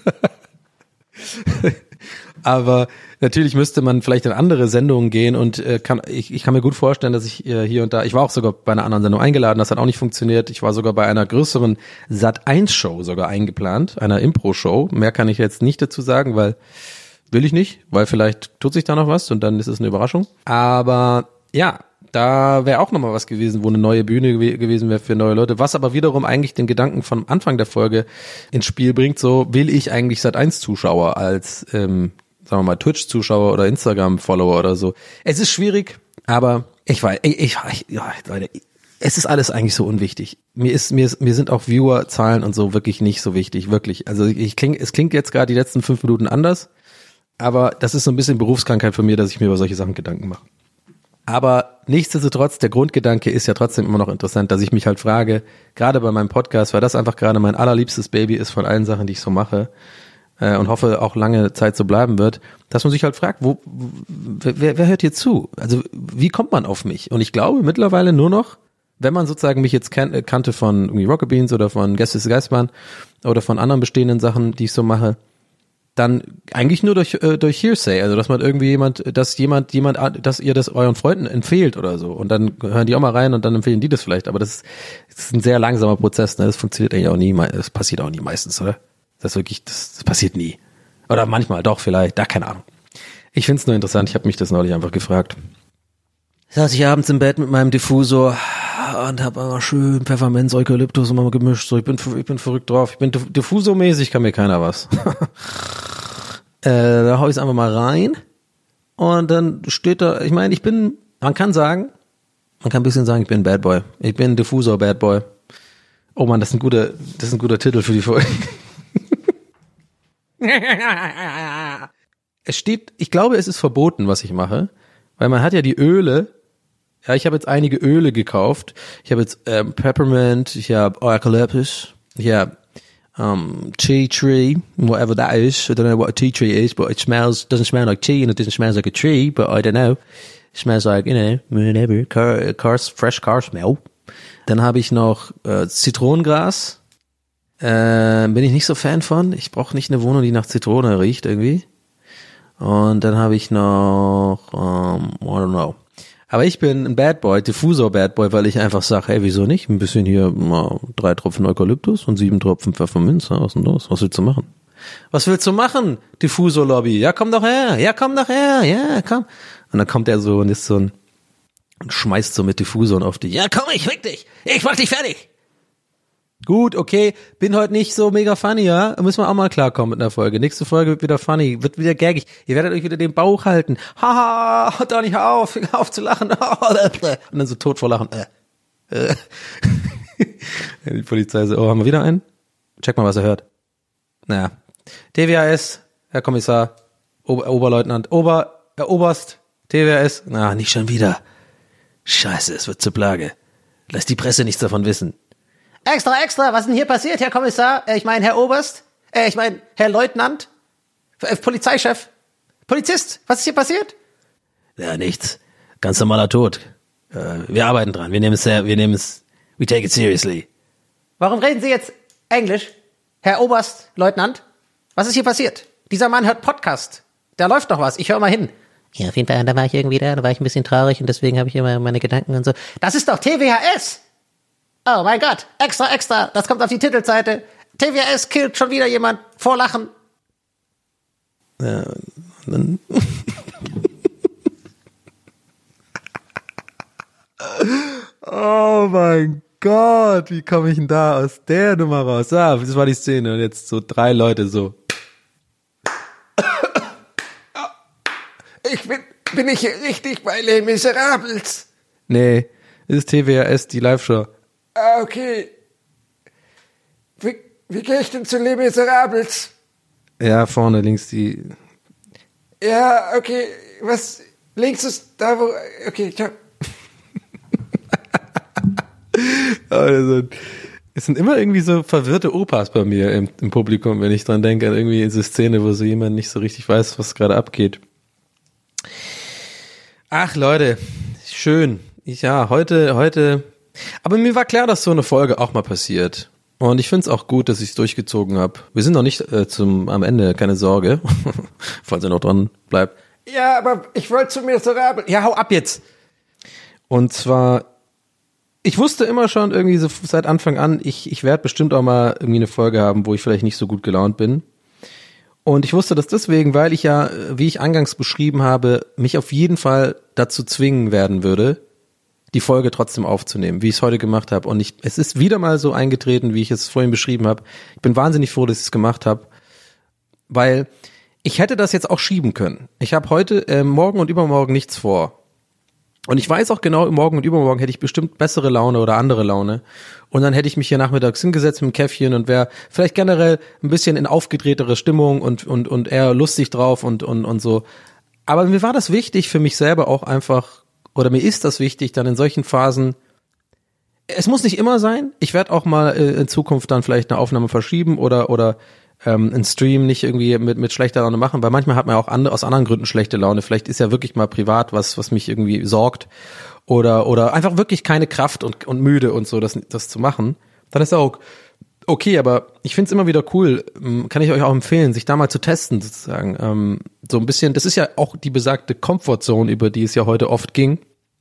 Aber natürlich müsste man vielleicht in andere Sendungen gehen und ich kann mir gut vorstellen, dass ich hier und da, ich war auch sogar bei einer anderen Sendung eingeladen, das hat auch nicht funktioniert. Ich war sogar bei einer größeren Sat.1-Show sogar eingeplant, einer Impro-Show. Mehr kann ich jetzt nicht dazu sagen, weil will ich nicht, weil vielleicht tut sich da noch was und dann ist es eine Überraschung. Aber ja, da wäre auch nochmal was gewesen, wo eine neue Bühne gewesen wäre für neue Leute, was aber wiederum eigentlich den Gedanken vom Anfang der Folge ins Spiel bringt, so will ich eigentlich Sat.1-Zuschauer als, sagen wir mal, Twitch-Zuschauer oder Instagram-Follower oder so. Es ist schwierig, aber ich weiß, ja, Leute, es ist alles eigentlich so unwichtig. Mir sind auch Viewer-Zahlen und so wirklich nicht so wichtig, wirklich. Also es klingt jetzt gerade die letzten 5 Minuten anders, aber das ist so ein bisschen Berufskrankheit von mir, dass ich mir über solche Sachen Gedanken mache. Aber nichtsdestotrotz, der Grundgedanke ist ja trotzdem immer noch interessant, dass ich mich halt frage, gerade bei meinem Podcast, weil das einfach gerade mein allerliebstes Baby ist von allen Sachen, die ich so mache und hoffe auch lange Zeit so bleiben wird, dass man sich halt fragt, wer hört hier zu? Also wie kommt man auf mich? Und ich glaube mittlerweile nur noch, wenn man sozusagen mich jetzt kannte von irgendwie Rocket Beans oder von Gäste des Geistbahn oder von anderen bestehenden Sachen, die ich so mache, dann eigentlich nur durch Hearsay, also dass man irgendwie dass ihr das euren Freunden empfehlt oder so und dann hören die auch mal rein und dann empfehlen die das vielleicht, aber das ist ein sehr langsamer Prozess, ne? Das funktioniert eigentlich auch nie, das passiert auch nie meistens, oder? Das passiert nie. Oder manchmal doch vielleicht, keine Ahnung. Ich find's nur interessant, ich habe mich das neulich einfach gefragt. Saß ich abends im Bett mit meinem Diffusor und habe aber schön Pfefferminz, Eukalyptus immer gemischt. So, ich bin verrückt drauf. Ich bin Diffusormäßig, kann mir keiner was. Da hau ich's einfach mal rein und dann steht da, ich meine, man kann ein bisschen sagen, ich bin Bad Boy. Ich bin Diffusor Bad Boy. Oh man, das ist ein guter Titel für die Folge. Ich glaube, es ist verboten, was ich mache, weil man hat ja die Öle. Ja, ich habe jetzt einige Öle gekauft. Ich habe jetzt Peppermint, ich habe Eucalyptus, ich habe tea tree, whatever that is. I don't know what a tea tree is, but doesn't smell like tea and it doesn't smell like a tree, but I don't know. It smells like, whatever, fresh car smell. Dann habe ich noch Zitronengras, Bin ich nicht so Fan von. Ich brauche nicht eine Wohnung, die nach Zitrone riecht irgendwie. Und dann habe ich noch, I don't know. Aber ich bin ein Bad Boy, Diffusor Bad Boy, weil ich einfach sage, hey, wieso nicht? Ein bisschen hier mal 3 Tropfen Eukalyptus und 7 Tropfen Pfefferminz. Was ist denn los? Was willst du machen? Was willst du machen, Diffusor Lobby? Ja, komm doch her. Ja, komm doch her. Ja, komm. Und dann kommt er so und ist so und schmeißt so mit Diffusoren auf dich. Ja, komm, ich fick dich. Ich mach dich fertig. Gut, okay, bin heute nicht so mega funny, ja? Müssen wir auch mal klarkommen mit einer Folge. Nächste Folge wird wieder funny, wird wieder gaggig. Ihr werdet euch wieder den Bauch halten. Haha, Donny, hör auf zu lachen. Und dann so tot vor Lachen. Die Polizei so, oh, haben wir wieder einen? Check mal, was er hört. Naja. TWAS, Herr Kommissar, Oberleutnant, Oberst, TWAS. Na, nicht schon wieder. Scheiße, es wird zur Plage. Lass die Presse nichts davon wissen. Extra, was ist denn hier passiert, Herr Kommissar? Ich meine, Herr Oberst? Herr Leutnant? Polizeichef? Polizist? Was ist hier passiert? Ja, nichts. Ganz normaler Tod. Wir arbeiten dran. We take it seriously. Warum reden Sie jetzt Englisch? Herr Oberst, Leutnant? Was ist hier passiert? Dieser Mann hört Podcast. Da läuft doch was. Ich höre mal hin. Ja, auf jeden Fall, da war ich ein bisschen traurig und deswegen habe ich immer meine Gedanken und so. Das ist doch TWHS! Oh mein Gott, extra, das kommt auf die Titelseite. TWS killt schon wieder jemand vor Lachen. Ja, dann oh mein Gott, wie komme ich denn da aus der Nummer raus? Ah, das war die Szene und jetzt so 3 Leute so. Bin ich hier richtig bei Les Miserables? Nee, das ist TWS, die Live-Show. Ah, okay. Wie gehe ich denn zu Les Miserables? Ja, vorne links die. Ja, okay. Was? Links ist da, wo. Okay, ciao. Also, es sind immer irgendwie so verwirrte Opas bei mir im Publikum, wenn ich dran denke, an irgendwie diese Szene, wo so jemand nicht so richtig weiß, was gerade abgeht. Ach, Leute, schön. Heute. Aber mir war klar, dass so eine Folge auch mal passiert. Und ich finde es auch gut, dass ich es durchgezogen habe. Wir sind noch nicht am Ende, keine Sorge. Falls ihr noch dran bleibt. Ja, aber ich wollte zu Miserabel. Ja, hau ab jetzt. Und zwar, ich wusste immer schon irgendwie so seit Anfang an, ich werde bestimmt auch mal irgendwie eine Folge haben, wo ich vielleicht nicht so gut gelaunt bin. Und ich wusste das deswegen, weil ich ja, wie ich eingangs beschrieben habe, mich auf jeden Fall dazu zwingen werden würde, die Folge trotzdem aufzunehmen, wie ich es heute gemacht habe. Und es ist wieder mal so eingetreten, wie ich es vorhin beschrieben habe. Ich bin wahnsinnig froh, dass ich es gemacht habe, weil ich hätte das jetzt auch schieben können. Ich habe heute, morgen und übermorgen nichts vor. Und ich weiß auch genau, morgen und übermorgen hätte ich bestimmt bessere Laune oder andere Laune. Und dann hätte ich mich hier nachmittags hingesetzt mit dem Käffchen und wäre vielleicht generell ein bisschen in aufgedrehtere Stimmung und eher lustig drauf und so. Aber mir war das wichtig für mich selber auch einfach, oder mir ist das wichtig, dann in solchen Phasen, es muss nicht immer sein, ich werde auch mal in Zukunft dann vielleicht eine Aufnahme verschieben oder einen Stream nicht irgendwie mit schlechter Laune machen, weil manchmal hat man ja auch aus anderen Gründen schlechte Laune, vielleicht ist ja wirklich mal privat was mich irgendwie sorgt oder einfach wirklich keine Kraft und müde und so, das zu machen, dann ist auch okay, aber ich find's immer wieder cool, kann ich euch auch empfehlen, sich da mal zu testen sozusagen, so ein bisschen, das ist ja auch die besagte Comfortzone, über die es ja heute oft ging,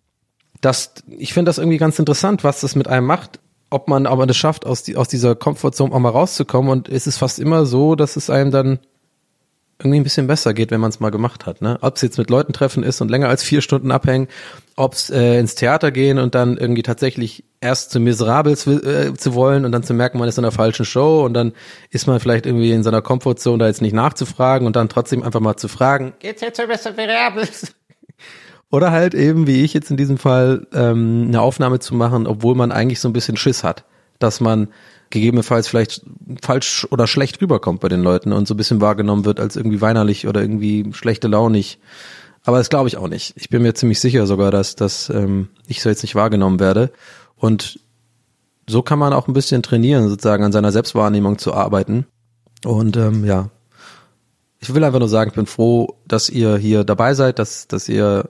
ich finde das irgendwie ganz interessant, was das mit einem macht, ob man aber das schafft, aus dieser Comfortzone auch mal rauszukommen, und es ist fast immer so, dass es einem dann irgendwie ein bisschen besser geht, wenn man es mal gemacht hat, ne? Ob es jetzt mit Leuten treffen ist und länger als 4 Stunden abhängen, ob es ins Theater gehen und dann irgendwie tatsächlich erst zu Miserables zu wollen und dann zu merken, man ist in einer falschen Show, und dann ist man vielleicht irgendwie in seiner Comfortzone, da jetzt nicht nachzufragen und dann trotzdem einfach mal zu fragen, geht's jetzt zu Miserables? Oder halt eben, wie ich jetzt in diesem Fall, eine Aufnahme zu machen, obwohl man eigentlich so ein bisschen Schiss hat, dass man gegebenenfalls vielleicht falsch oder schlecht rüberkommt bei den Leuten und so ein bisschen wahrgenommen wird als irgendwie weinerlich oder irgendwie schlechte launig. Aber das glaube ich auch nicht. Ich bin mir ziemlich sicher sogar, dass ich so jetzt nicht wahrgenommen werde. Und so kann man auch ein bisschen trainieren, sozusagen an seiner Selbstwahrnehmung zu arbeiten. Und ja, ich will einfach nur sagen, ich bin froh, dass ihr hier dabei seid, dass ihr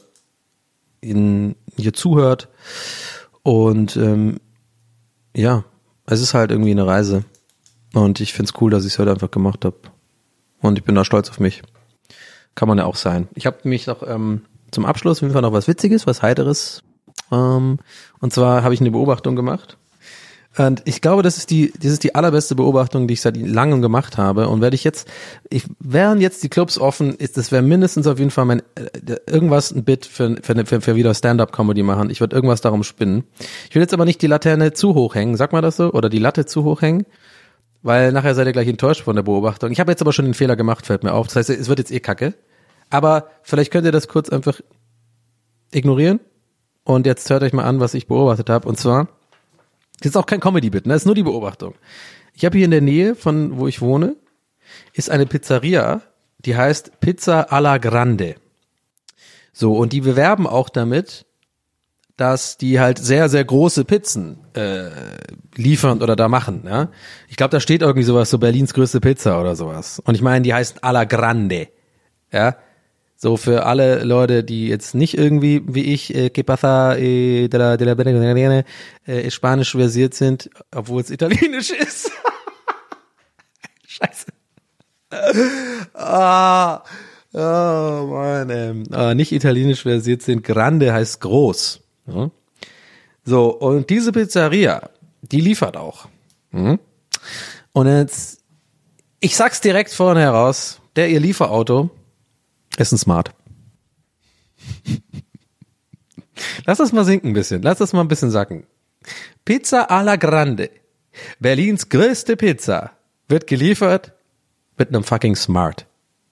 hier zuhört. Und ja, es ist halt irgendwie eine Reise. Und ich find's cool, dass ich es heute einfach gemacht habe. Und ich bin da stolz auf mich. Kann man ja auch sein. Ich habe mich noch zum Abschluss auf jeden Fall noch was Witziges, was Heiteres. Und zwar habe ich eine Beobachtung gemacht. Und ich glaube, das ist die allerbeste Beobachtung, die ich seit langem gemacht habe. Und wären jetzt die Clubs offen, das wäre mindestens auf jeden Fall ein Bit für wieder Stand-up-Comedy machen. Ich würde irgendwas darum spinnen. Ich will jetzt aber nicht die Laterne zu hoch hängen, sagt man das so? Oder die Latte zu hoch hängen? Weil nachher seid ihr gleich enttäuscht von der Beobachtung. Ich habe jetzt aber schon den Fehler gemacht, fällt mir auf. Das heißt, es wird jetzt kacke. Aber vielleicht könnt ihr das kurz einfach ignorieren. Und jetzt hört euch mal an, was ich beobachtet habe. Und zwar, das ist auch kein Comedy-Bit, ne? Das ist nur die Beobachtung. Ich habe hier in der Nähe von, wo ich wohne, ist eine Pizzeria, die heißt Pizza alla Grande. So, und die bewerben auch damit, dass die halt sehr, sehr große Pizzen liefern oder da machen. Ja? Ich glaube, da steht irgendwie sowas, so Berlins größte Pizza oder sowas. Und ich meine, die heißen alla Grande. Ja, so für alle Leute, die jetzt nicht irgendwie, wie ich, que pasa de la Spanisch versiert sind, obwohl es Italienisch ist. Scheiße. Oh Mann, nicht Italienisch versiert sind. Grande heißt groß. Ja. So, und diese Pizzeria, die liefert auch. Und jetzt, ich sag's direkt vorne heraus, ihr Lieferauto ist ein Smart. Lass das mal sinken ein bisschen, lass das mal ein bisschen sacken. Pizza alla Grande, Berlins größte Pizza, wird geliefert mit einem fucking Smart.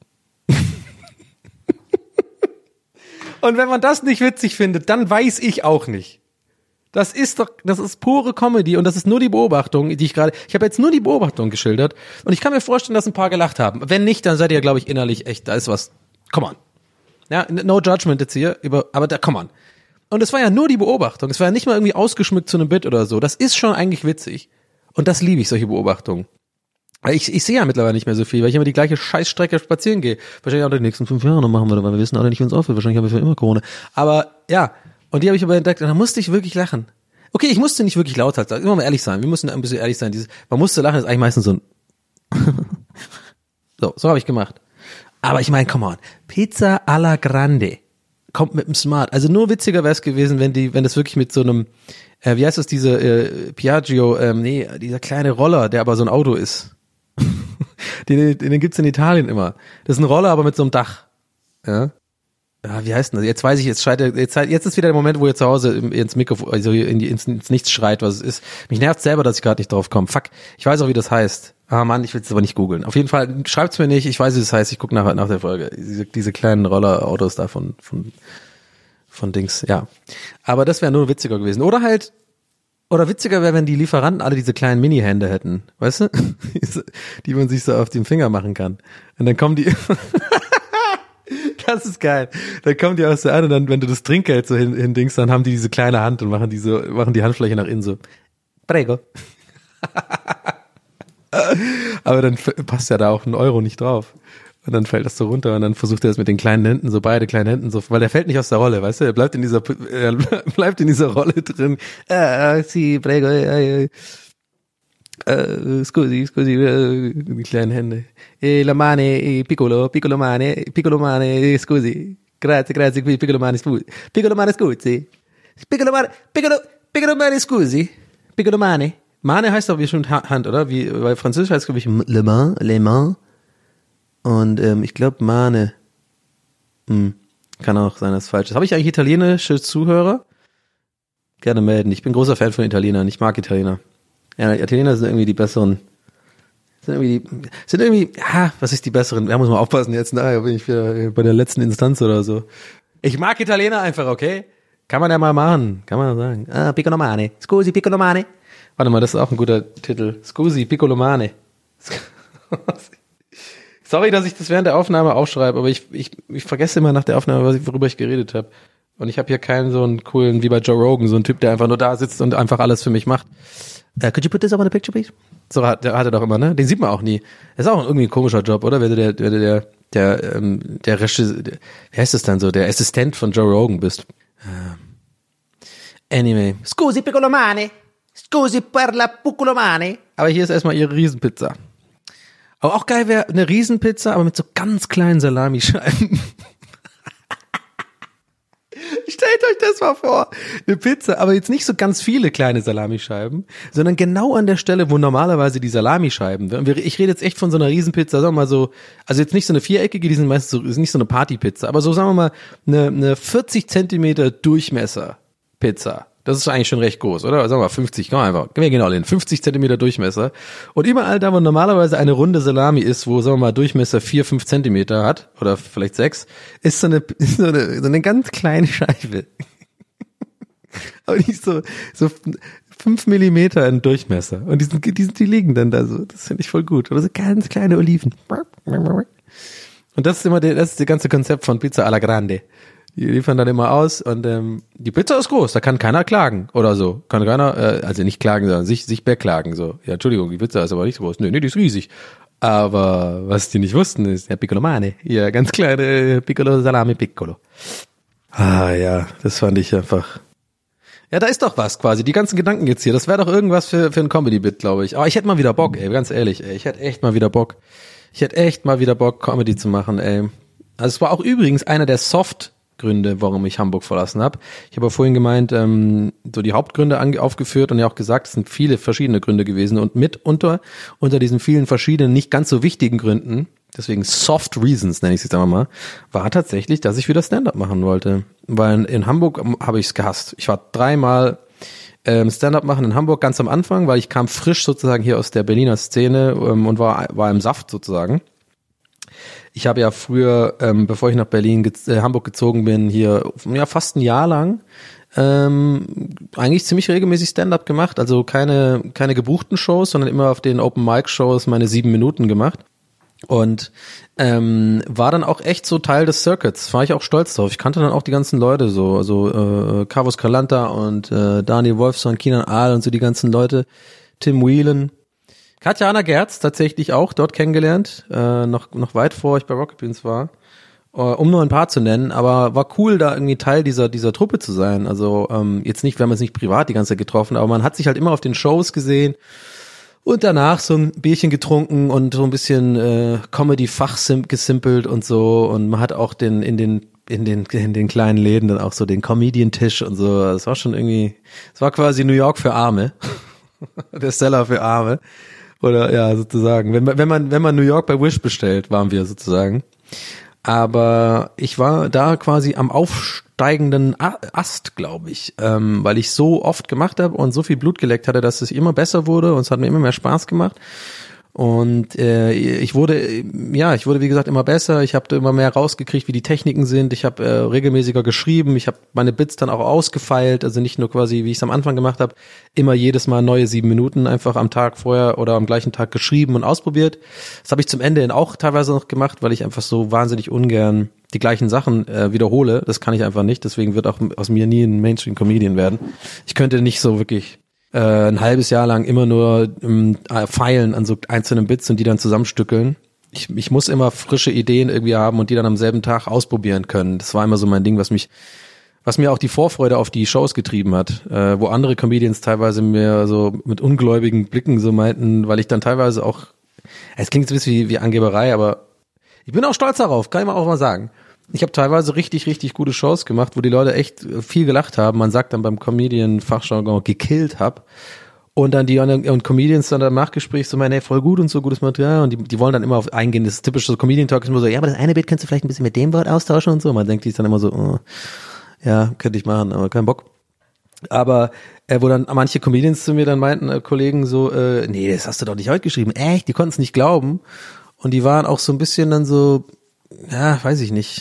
Und wenn man das nicht witzig findet, dann weiß ich auch nicht. Das ist pure Comedy und das ist nur die Beobachtung, ich habe jetzt nur die Beobachtung geschildert und ich kann mir vorstellen, dass ein paar gelacht haben. Wenn nicht, dann seid ihr, glaube ich, innerlich echt, da ist was, come on. Ja, no judgment jetzt hier, aber da, come on. Und es war ja nur die Beobachtung, es war ja nicht mal irgendwie ausgeschmückt zu einem Bit oder so, das ist schon eigentlich witzig. Und das liebe ich, solche Beobachtungen. Ich sehe ja mittlerweile nicht mehr so viel, weil ich immer die gleiche Scheißstrecke spazieren gehe. Wahrscheinlich auch in den nächsten 5 Jahren noch machen wir, weil wir wissen alle nicht, wie uns aufhört. Wahrscheinlich haben wir für immer Corona. Aber ja, und die habe ich aber entdeckt und da musste ich wirklich lachen. Okay, ich musste nicht wirklich laut sagen, immer mal ehrlich sein. Wir mussten ein bisschen ehrlich sein. Man musste lachen, ist eigentlich meistens so ein so habe ich gemacht. Aber ich meine, come on, Pizza alla Grande kommt mit dem Smart. Also nur witziger wäre es gewesen, wenn das wirklich mit so einem, wie heißt das, diese Piaggio, dieser kleine Roller, der aber so ein Auto ist. Den gibt's in Italien immer. Das ist ein Roller, aber mit so einem Dach. Ja. Ja, wie heißt denn das? Jetzt weiß ich, jetzt ist wieder der Moment, wo ihr zu Hause ins Mikrofon, also ins Nichts schreit, was es ist. Mich nervt selber, dass ich gerade nicht drauf komme. Fuck, ich weiß auch, wie das heißt. Ah Mann, ich will es aber nicht googeln. Auf jeden Fall, schreibt's mir nicht, ich weiß, wie das heißt, ich gucke nach der Folge. Diese kleinen Rollerautos da von Dings, ja. Aber das wäre nur witziger gewesen. Oder witziger wäre, wenn die Lieferanten alle diese kleinen Mini-Hände hätten, weißt du? Die man sich so auf den Finger machen kann. Und dann kommen die, das ist geil. Dann kommen die aus der an und dann, wenn du das Trinkgeld so hindingst, dann haben die diese kleine Hand und machen die Handfläche nach innen so. Prego. Aber dann passt ja da auch 1 Euro nicht drauf. Und dann fällt das so runter und dann versucht er es mit den kleinen Händen, so beide kleinen Händen, so, weil der fällt nicht aus der Rolle, weißt du? Er bleibt in dieser Rolle drin. Si, prego, scusi, die kleinen Hände. La mane, piccolo mane, scusi. Grazie, piccolo mane, scusi. Piccolo mane, scusi. Piccolo mane, scusi. Piccolo mane. Mane heißt doch bestimmt Hand, oder? Weil Französisch heißt, glaube ich, le main. Und ich glaube Mane. Kann auch sein, dass es falsch ist. Habe ich eigentlich italienische Zuhörer? Gerne melden. Ich bin großer Fan von Italienern. Ich mag Italiener. Ja, Italiener sind irgendwie die besseren. Sind irgendwie, was ist die besseren? Da muss man aufpassen jetzt. Da bin ich wieder bei der letzten Instanz oder so. Ich mag Italiener einfach, okay? Kann man ja mal machen. Kann man sagen. Piccolo mane. Scusi, piccolo mane. Warte mal, das ist auch ein guter Titel. Scusi, piccolo mane. Sorry, dass ich das während der Aufnahme aufschreibe, aber ich vergesse immer nach der Aufnahme, worüber ich geredet habe. Und ich habe hier keinen so einen coolen, wie bei Joe Rogan, so einen Typ, der einfach nur da sitzt und einfach alles für mich macht. Could you put this up on a picture, please? So hat er doch immer, ne? Den sieht man auch nie. Das ist auch irgendwie ein komischer Job, oder? Wenn du der Regisseur, wie heißt das dann so, der Assistent von Joe Rogan bist. Anyway. Scusi, piccolo mane. Scusi per la piccolo mane. Aber hier ist erstmal ihre Riesenpizza. Aber auch geil wäre eine Riesenpizza, aber mit so ganz kleinen Salamischeiben. Stellt euch das mal vor. Eine Pizza, aber jetzt nicht so ganz viele kleine Salamischeiben, sondern genau an der Stelle, wo normalerweise die Salamischeiben wären. Ich rede jetzt echt von so einer Riesenpizza, sagen wir mal so, also jetzt nicht so eine viereckige, die sind meistens so, ist nicht so eine Partypizza, aber so sagen wir mal eine 40 Zentimeter Durchmesser Pizza. Das ist eigentlich schon recht groß, oder? Sagen wir mal 50, komm einfach, wir gehen all in, 50 Zentimeter Durchmesser. Und überall da, wo normalerweise eine runde Salami ist, wo, sagen wir mal, Durchmesser 4-5 Zentimeter hat, oder vielleicht 6, ist so eine ganz kleine Scheibe. Aber nicht so 5 Millimeter in Durchmesser. Und die liegen dann da so. Das finde ich voll gut. Oder so ganz kleine Oliven. Und das ist das ganze Konzept von Pizza alla Grande. Die liefern dann immer aus und die Pizza ist groß, da kann keiner klagen oder so. Kann keiner, also nicht klagen, sondern sich beklagen. So, ja, Entschuldigung, die Pizza ist aber nicht so groß. Nee, die ist riesig. Aber was die nicht wussten ist, ja, Piccolo Mane. Ja, ganz kleine Piccolo Salami Piccolo. Ah ja, das fand ich einfach. Ja, da ist doch was quasi, die ganzen Gedanken jetzt hier. Das wäre doch irgendwas für ein Comedy-Bit, glaube ich. Aber ich hätte mal wieder Bock, ey, ganz ehrlich, ey. Ich hätte echt mal wieder Bock, Comedy zu machen, ey. Also es war auch übrigens einer der Gründe, warum ich Hamburg verlassen habe. Ich habe ja vorhin gemeint, so die Hauptgründe aufgeführt und ja auch gesagt, es sind viele verschiedene Gründe gewesen und unter diesen vielen verschiedenen, nicht ganz so wichtigen Gründen, deswegen Soft Reasons nenne ich es jetzt einmal mal, war tatsächlich, dass ich wieder Stand-up machen wollte. Weil in Hamburg habe ich es gehasst. Ich war 3-mal Stand-up machen in Hamburg ganz am Anfang, weil ich kam frisch sozusagen hier aus der Berliner Szene und war im Saft sozusagen. Ich habe ja früher, bevor ich nach Hamburg gezogen bin, hier fast ein Jahr lang eigentlich ziemlich regelmäßig Stand-up gemacht. Also keine gebuchten Shows, sondern immer auf den Open-Mic-Shows meine 7 Minuten gemacht. Und war dann auch echt so Teil des Circuits. War ich auch stolz drauf. Ich kannte dann auch die ganzen Leute so, also Carlos Calanta und Daniel Wolfson, Kinan Ahl und so die ganzen Leute, Tim Whelan. Katja-Anna Gerz tatsächlich auch dort kennengelernt, noch weit vor ich bei Rocket Beans war, um nur ein paar zu nennen, aber war cool, da irgendwie Teil dieser Truppe zu sein. Also jetzt nicht, wir haben uns nicht privat die ganze Zeit getroffen, aber man hat sich halt immer auf den Shows gesehen und danach so ein Bierchen getrunken und so ein bisschen Comedy-Fach gesimpelt und so, und man hat auch in den kleinen Läden dann auch so den Comedian-Tisch und so. Das war schon irgendwie, es war quasi New York für Arme. Der Seller für Arme. Oder ja, sozusagen. Wenn man New York bei Wish bestellt, waren wir sozusagen. Aber ich war da quasi am aufsteigenden Ast, glaube ich, weil ich so oft gemacht habe und so viel Blut geleckt hatte, dass es immer besser wurde und es hat mir immer mehr Spaß gemacht. Und ich wurde wie gesagt immer besser. Ich habe immer mehr rausgekriegt, wie die Techniken sind. Ich habe regelmäßiger geschrieben. Ich habe meine Bits dann auch ausgefeilt, also nicht nur quasi, wie ich es am Anfang gemacht habe, immer jedes Mal neue 7 Minuten einfach am Tag vorher oder am gleichen Tag geschrieben und ausprobiert. Das habe ich zum Ende hin auch teilweise noch gemacht, weil ich einfach so wahnsinnig ungern die gleichen Sachen wiederhole. Das kann ich einfach nicht. Deswegen wird auch aus mir nie ein Mainstream-Comedian werden. Ich könnte nicht so wirklich ein halbes Jahr lang immer nur feilen an so einzelnen Bits und die dann zusammenstückeln. Ich muss immer frische Ideen irgendwie haben und die dann am selben Tag ausprobieren können. Das war immer so mein Ding, was mir auch die Vorfreude auf die Shows getrieben hat, wo andere Comedians teilweise mir so mit ungläubigen Blicken so meinten, weil ich dann teilweise auch, es klingt so ein bisschen wie Angeberei, aber ich bin auch stolz darauf, kann ich auch mal sagen. Ich habe teilweise richtig, richtig gute Shows gemacht, wo die Leute echt viel gelacht haben. Man sagt dann beim Comedian-Fachjargon gekillt hab. Und dann die und Comedians dann im Nachgespräch so meinen, hey, voll gut und so, gutes Material. Und die wollen dann immer auf eingehen. Das typische Comedian-Talk ist immer so, ja, aber das eine Bit kannst du vielleicht ein bisschen mit dem Wort austauschen und so. Man denkt sich dann immer so, oh, ja, könnte ich machen, aber kein Bock. Aber wo dann manche Comedians zu mir dann meinten, Kollegen so, nee, das hast du doch nicht heute geschrieben. Echt? Die konnten es nicht glauben. Und die waren auch so ein bisschen dann so, ja, weiß ich nicht.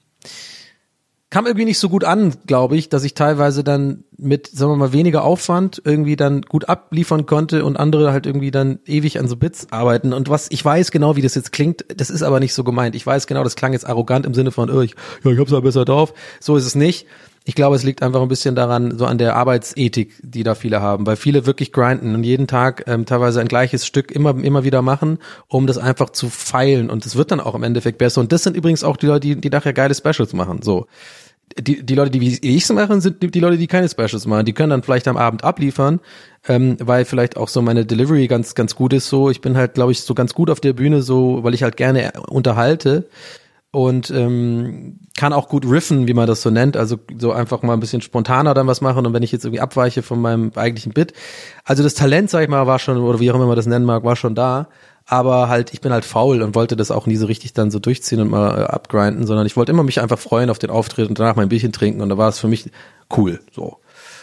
Kam irgendwie nicht so gut an, glaube ich, dass ich teilweise dann mit, sagen wir mal, weniger Aufwand irgendwie dann gut abliefern konnte und andere halt irgendwie dann ewig an so Bits arbeiten. Und ich weiß genau, wie das jetzt klingt, das ist aber nicht so gemeint. Ich weiß genau, das klang jetzt arrogant im Sinne von, ich hab's ja besser drauf. So ist es nicht. Ich glaube, es liegt einfach ein bisschen daran, so an der Arbeitsethik, die da viele haben, weil viele wirklich grinden und jeden Tag teilweise ein gleiches Stück immer wieder machen, um das einfach zu feilen, und es wird dann auch im Endeffekt besser. Und das sind übrigens auch die Leute, die nachher geile Specials machen. So, Die Leute, die wie ich es machen, sind die Leute, die keine Specials machen. Die können dann vielleicht am Abend abliefern, weil vielleicht auch so meine Delivery ganz, ganz gut ist. So, ich bin halt, glaube ich, so ganz gut auf der Bühne, so, weil ich halt gerne unterhalte und kann auch gut riffen, wie man das so nennt. Also so einfach mal ein bisschen spontaner dann was machen und wenn ich jetzt irgendwie abweiche von meinem eigentlichen Bit. Also das Talent, sag ich mal, war schon, oder wie auch immer man das nennen mag, war schon da. Aber halt, ich bin halt faul und wollte das auch nie so richtig dann so durchziehen und mal abgrinden, sondern ich wollte immer mich einfach freuen auf den Auftritt und danach mein Bierchen trinken und da war es für mich cool, so.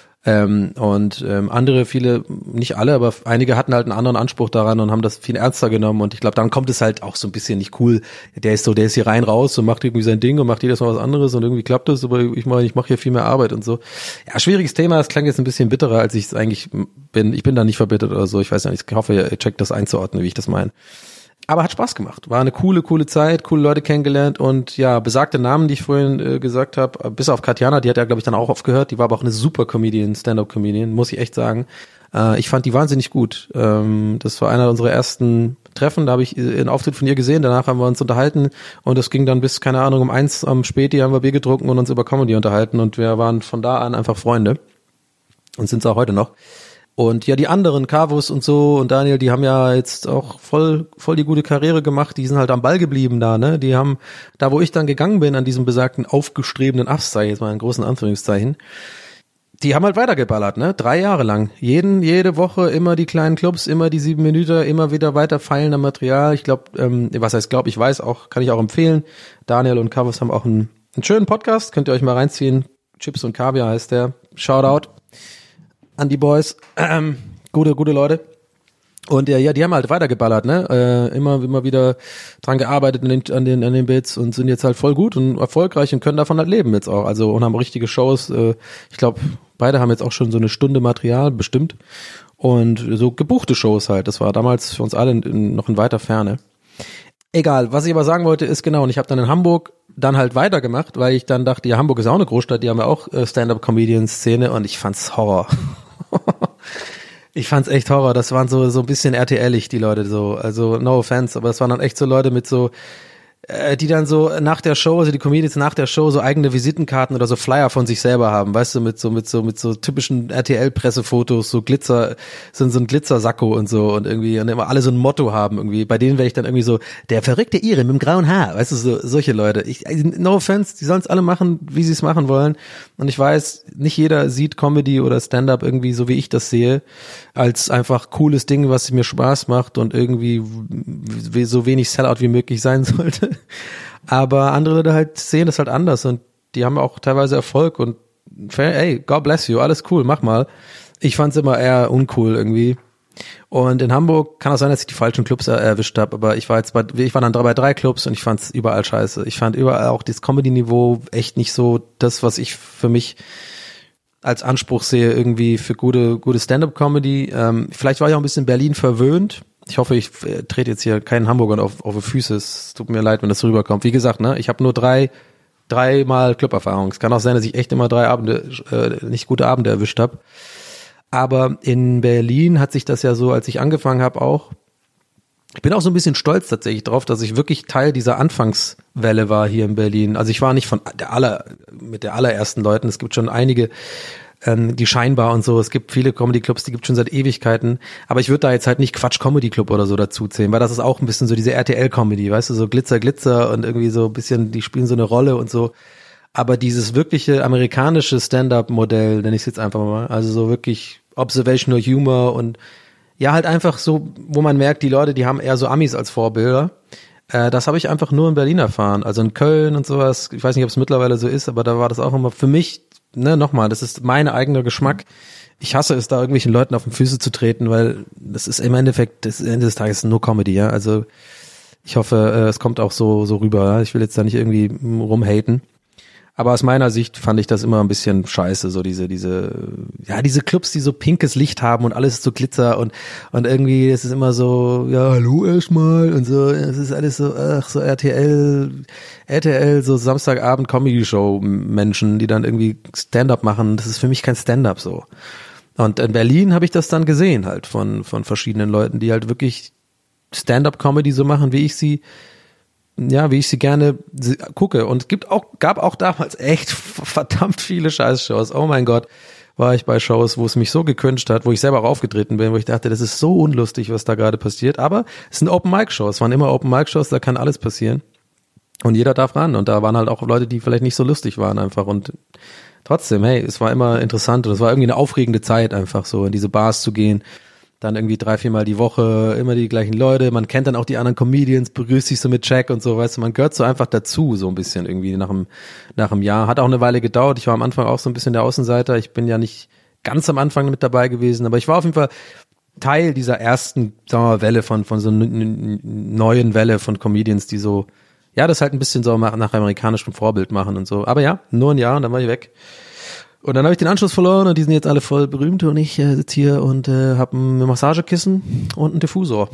Andere, viele, nicht alle, aber einige hatten halt einen anderen Anspruch daran und haben das viel ernster genommen und ich glaube, dann kommt es halt auch so ein bisschen nicht cool. Der ist hier rein raus und macht irgendwie sein Ding und macht jedes Mal was anderes und irgendwie klappt das, aber ich mache hier viel mehr Arbeit und so. Ja, schwieriges Thema, das klang jetzt ein bisschen bitterer, als ich es eigentlich bin. Ich bin da nicht verbittert oder so, ich weiß nicht, ich hoffe, ihr checkt das einzuordnen, wie ich das meine. Aber hat Spaß gemacht. War eine coole Zeit, coole Leute kennengelernt und ja, besagte Namen, die ich vorhin gesagt habe, bis auf Katjana, die hat ja, glaube ich, dann auch aufgehört. Die war aber auch eine super Comedian, Stand-up-Comedian, muss ich echt sagen. Ich fand die wahnsinnig gut. Das war einer unserer ersten Treffen, da habe ich einen Auftritt von ihr gesehen, danach haben wir uns unterhalten und es ging dann bis, keine Ahnung, um 1 am Späti haben wir Bier getrunken und uns über Comedy unterhalten und wir waren von da an einfach Freunde und sind es auch heute noch. Und ja, die anderen, Kavus und so und Daniel, die haben ja jetzt auch voll die gute Karriere gemacht, die sind halt am Ball geblieben da, ne? Die haben, da wo ich dann gegangen bin, an diesem besagten aufgestrebenen Ast, sag ich jetzt mal in großen Anführungszeichen, die haben halt weitergeballert, ne? 3 Jahre lang. Jede Woche immer die kleinen Clubs, immer die 7 Minuten, immer wieder weiter feilen am Material. Ich glaube, ich weiß auch, kann ich auch empfehlen. Daniel und Kavus haben auch einen schönen Podcast, könnt ihr euch mal reinziehen. Chips und Kaviar heißt der. Shoutout an die Boys, gute Leute. Und ja, die haben halt weitergeballert, ne? Immer wieder dran gearbeitet an den Bits und sind jetzt halt voll gut und erfolgreich und können davon halt leben jetzt auch. Also und haben richtige Shows. Ich glaube, beide haben jetzt auch schon so eine Stunde Material bestimmt und so gebuchte Shows halt. Das war damals für uns alle noch in weiter Ferne. Egal, was ich aber sagen wollte ist genau, und ich habe dann in Hamburg dann halt weitergemacht, weil ich dann dachte, ja, Hamburg ist auch eine Großstadt, die haben ja auch Stand-up-Comedian-Szene und ich fand's Horror. Ich fand's echt Horror, das waren so ein bisschen RTL-ig, die Leute so, also no offense, aber das waren dann echt so Leute mit so, die dann so nach der Show, also die Comedians nach der Show so eigene Visitenkarten oder so Flyer von sich selber haben, weißt du, mit so typischen RTL-Pressefotos, so Glitzer, so ein Glitzersacko und so und irgendwie und immer alle so ein Motto haben irgendwie. Bei denen wäre ich dann irgendwie so, der verrückte Ire mit dem grauen Haar, weißt du, so solche Leute. No offense, die sollen es alle machen, wie sie es machen wollen. Und ich weiß, nicht jeder sieht Comedy oder Stand-up irgendwie so, wie ich das sehe, als einfach cooles Ding, was mir Spaß macht und irgendwie so wenig Sellout wie möglich sein sollte. Aber andere Leute halt sehen das halt anders und die haben auch teilweise Erfolg und hey, God bless you, alles cool, mach mal. Ich fand's immer eher uncool irgendwie. Und in Hamburg kann auch sein, dass ich die falschen Clubs erwischt habe, aber ich war dann bei 3 Clubs und ich fand's überall scheiße. Ich fand überall auch das Comedy-Niveau echt nicht so das, was ich für mich als Anspruch sehe, irgendwie für gute Stand-up-Comedy. Vielleicht war ich auch ein bisschen Berlin verwöhnt. Ich hoffe, ich trete jetzt hier keinen Hamburgern auf die Füße. Es tut mir leid, wenn das rüberkommt. Wie gesagt, ne, ich habe nur dreimal Club-Erfahrung. Es kann auch sein, dass ich echt immer 3 Abende, nicht gute Abende erwischt habe. Aber in Berlin hat sich das ja so, als ich angefangen habe, auch. Ich bin auch so ein bisschen stolz tatsächlich drauf, dass ich wirklich Teil dieser Anfangswelle war hier in Berlin. Also ich war nicht mit der allerersten Leuten. Es gibt schon einige, die scheinbar und so. Es gibt viele Comedy-Clubs, die gibt schon seit Ewigkeiten. Aber ich würde da jetzt halt nicht Quatsch-Comedy-Club oder so dazu zählen, weil das ist auch ein bisschen so diese RTL-Comedy, weißt du, so Glitzer und irgendwie so ein bisschen, die spielen so eine Rolle und so. Aber dieses wirkliche amerikanische Stand-up-Modell, nenne ich es jetzt einfach mal, also so wirklich Observational Humor und ja, halt einfach so, wo man merkt, die Leute, die haben eher so Amis als Vorbilder. Das habe ich einfach nur in Berlin erfahren. Also in Köln und sowas. Ich weiß nicht, ob es mittlerweile so ist, aber da war das auch immer für mich, ne, nochmal, das ist mein eigener Geschmack. Ich hasse es, da irgendwelchen Leuten auf die Füße zu treten, weil das ist im Endeffekt, das Ende des Tages nur Comedy, ja. Also ich hoffe, es kommt auch so rüber. Ja? Ich will jetzt da nicht irgendwie rumhaten. Aber aus meiner Sicht fand ich das immer ein bisschen scheiße, so diese Clubs, die so pinkes Licht haben und alles ist so Glitzer und irgendwie es ist immer so, ja, hallo erstmal und so, es ist alles so, so RTL, so Samstagabend Comedy-Show Menschen, die dann irgendwie Stand-up machen, das ist für mich kein Stand-up so. Und in Berlin habe ich das dann gesehen halt von verschiedenen Leuten, die halt wirklich Stand-up Comedy so machen, wie ich sie wie ich sie gerne gucke. Und gab auch damals echt verdammt viele Scheißshows. Oh mein Gott, war ich bei Shows, wo es mich so gekünscht hat, wo ich selber auch aufgetreten bin, wo ich dachte, das ist so unlustig, was da gerade passiert. Aber es sind Open-Mic-Shows, es waren immer Open-Mic-Shows, da kann alles passieren. Und jeder darf ran. Und da waren halt auch Leute, die vielleicht nicht so lustig waren einfach. Und trotzdem, hey, es war immer interessant und es war irgendwie eine aufregende Zeit einfach so, in diese Bars zu gehen. Dann irgendwie 3-4 Mal die Woche, immer die gleichen Leute. Man kennt dann auch die anderen Comedians, begrüßt sich so mit Jack und so, weißt du, man gehört so einfach dazu, so ein bisschen irgendwie nach einem Jahr. Hat auch eine Weile gedauert. Ich war am Anfang auch so ein bisschen der Außenseiter. Ich bin ja nicht ganz am Anfang mit dabei gewesen, aber ich war auf jeden Fall Teil dieser ersten, sagen wir mal, Welle von so einer neuen Welle von Comedians, die so, ja, das halt ein bisschen so nach amerikanischem Vorbild machen und so. Aber ja, nur ein Jahr und dann war ich weg. Und dann habe ich den Anschluss verloren und die sind jetzt alle voll berühmt und ich sitze hier und habe ein Massagekissen und einen Diffusor.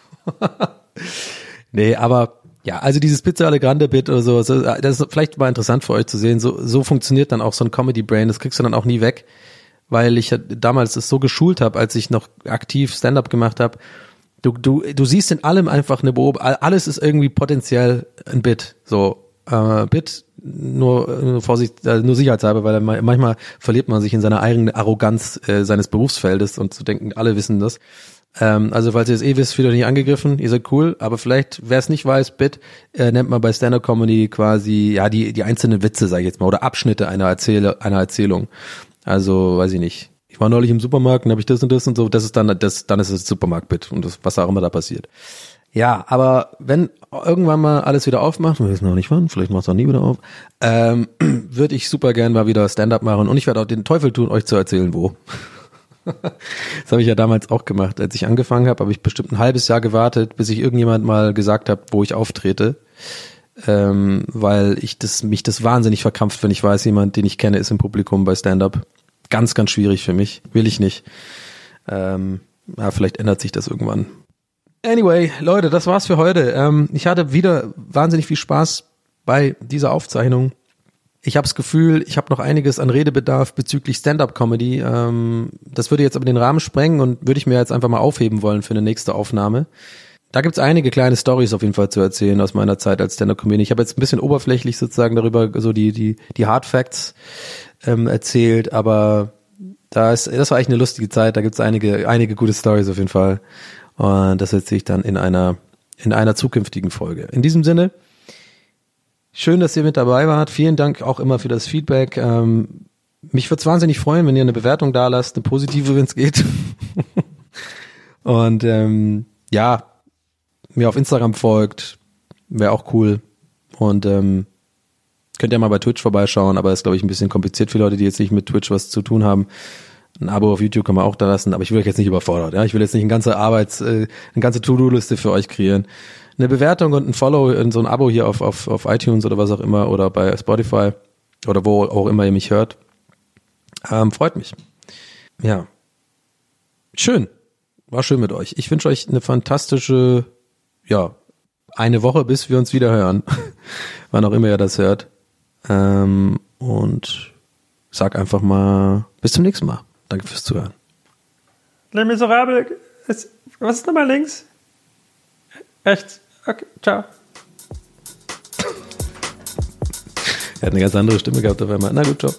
Nee, aber ja, also dieses Pizza alle Grande Bit oder so, das ist vielleicht mal interessant für euch zu sehen. So funktioniert dann auch so ein Comedy Brain, das kriegst du dann auch nie weg, weil ich damals es so geschult habe, als ich noch aktiv Stand-up gemacht habe. Du siehst in allem einfach eine Beobachtung, alles ist irgendwie potenziell ein Bit, so Bit, nur Vorsicht, nur sicherheitshalber, weil manchmal verliert man sich in seiner eigenen Arroganz seines Berufsfeldes und zu denken, alle wissen das. Also falls ihr es wisst, fühlt euch nicht angegriffen, ihr seid cool, aber vielleicht, wer es nicht weiß, Bit nennt man bei Stand-up-Comedy quasi, ja, die einzelnen Witze, sag ich jetzt mal, oder Abschnitte einer Erzählung. Also, weiß ich nicht. Ich war neulich im Supermarkt und habe ich das und so, dann ist es Supermarkt-Bit und das, was auch immer da passiert. Ja, aber wenn irgendwann mal alles wieder aufmacht, wir wissen noch nicht wann, vielleicht macht es auch nie wieder auf, würde ich super gern mal wieder Stand-up machen und ich werde auch den Teufel tun, euch zu erzählen, wo. Das habe ich ja damals auch gemacht. Als ich angefangen habe ich bestimmt ein halbes Jahr gewartet, bis ich irgendjemand mal gesagt habe, wo ich auftrete, weil mich das wahnsinnig verkrampft, wenn ich weiß, jemand, den ich kenne, ist im Publikum bei Stand-up. Ganz, ganz schwierig für mich. Will ich nicht. Ja, vielleicht ändert sich das irgendwann. Anyway, Leute, das war's für heute. Ich hatte wieder wahnsinnig viel Spaß bei dieser Aufzeichnung. Ich habe das Gefühl, ich habe noch einiges an Redebedarf bezüglich Stand-up-Comedy. Das würde jetzt aber den Rahmen sprengen und würde ich mir jetzt einfach mal aufheben wollen für eine nächste Aufnahme. Da gibt's einige kleine Storys auf jeden Fall zu erzählen aus meiner Zeit als Stand-up-Comedian. Ich habe jetzt ein bisschen oberflächlich sozusagen darüber so die Hard Facts erzählt, aber das war echt eine lustige Zeit. Da gibt's einige gute Storys auf jeden Fall. Und das erzähle ich dann in einer zukünftigen Folge. In diesem Sinne, schön, dass ihr mit dabei wart. Vielen Dank auch immer für das Feedback. Mich würde es wahnsinnig freuen, wenn ihr eine Bewertung da lasst, eine positive, wenn es geht. Und ja, mir auf Instagram folgt, wäre auch cool. Und könnt ihr mal bei Twitch vorbeischauen, aber ist, glaube ich, ein bisschen kompliziert für Leute, die jetzt nicht mit Twitch was zu tun haben. Ein Abo auf YouTube kann man auch da lassen, aber ich will euch jetzt nicht überfordert. Ja? Ich will jetzt nicht eine ganze To-Do-Liste für euch kreieren. Eine Bewertung und ein Follow und so ein Abo hier auf iTunes oder was auch immer oder bei Spotify oder wo auch immer ihr mich hört. Freut mich. Ja. Schön. War schön mit euch. Ich wünsche euch eine fantastische, eine Woche, bis wir uns wieder hören. Wann auch immer ihr das hört. Und sag einfach mal bis zum nächsten Mal. Danke fürs Zuhören. Les Miserables, was ist nochmal links? Rechts. Okay, ciao. Er hat eine ganz andere Stimme gehabt auf einmal. Na gut, ciao.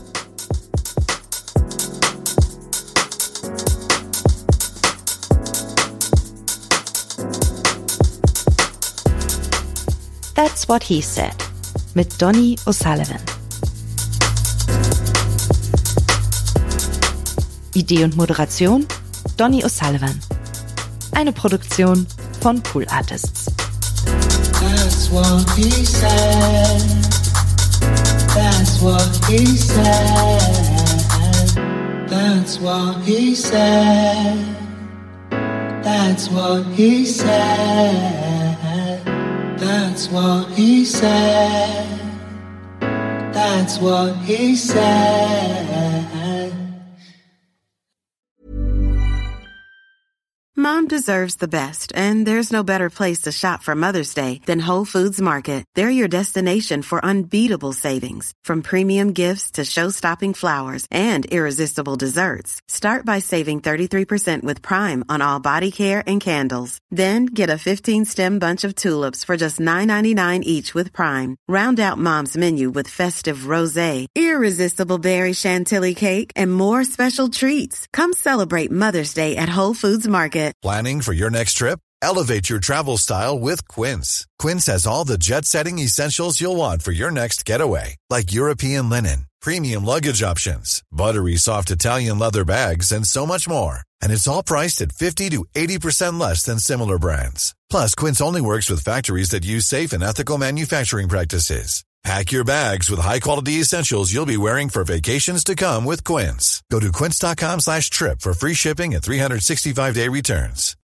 That's What He Said mit Donny O'Sullivan. Idee und Moderation Donny O'Sullivan. Eine Produktion von Pool Artists. That's what he said. That's what he said. That's what he said. That's what he said. That's what he said. That's what he said. Mom deserves the best, and there's no better place to shop for Mother's Day than Whole Foods Market. They're your destination for unbeatable savings, from premium gifts to show-stopping flowers and irresistible desserts. Start by saving 33% with Prime on all body care and candles. Then get a 15-stem bunch of tulips for just $9.99 each with Prime. Round out Mom's menu with festive rosé, irresistible berry chantilly cake, and more special treats. Come celebrate Mother's Day at Whole Foods Market. Planning for your next trip? Elevate your travel style with Quince. Quince has all the jet-setting essentials you'll want for your next getaway, like European linen, premium luggage options, buttery soft Italian leather bags, and so much more. And it's all priced at 50 to 80% less than similar brands. Plus, Quince only works with factories that use safe and ethical manufacturing practices. Pack your bags with high-quality essentials you'll be wearing for vacations to come with Quince. Go to quince.com/trip for free shipping and 365-day returns.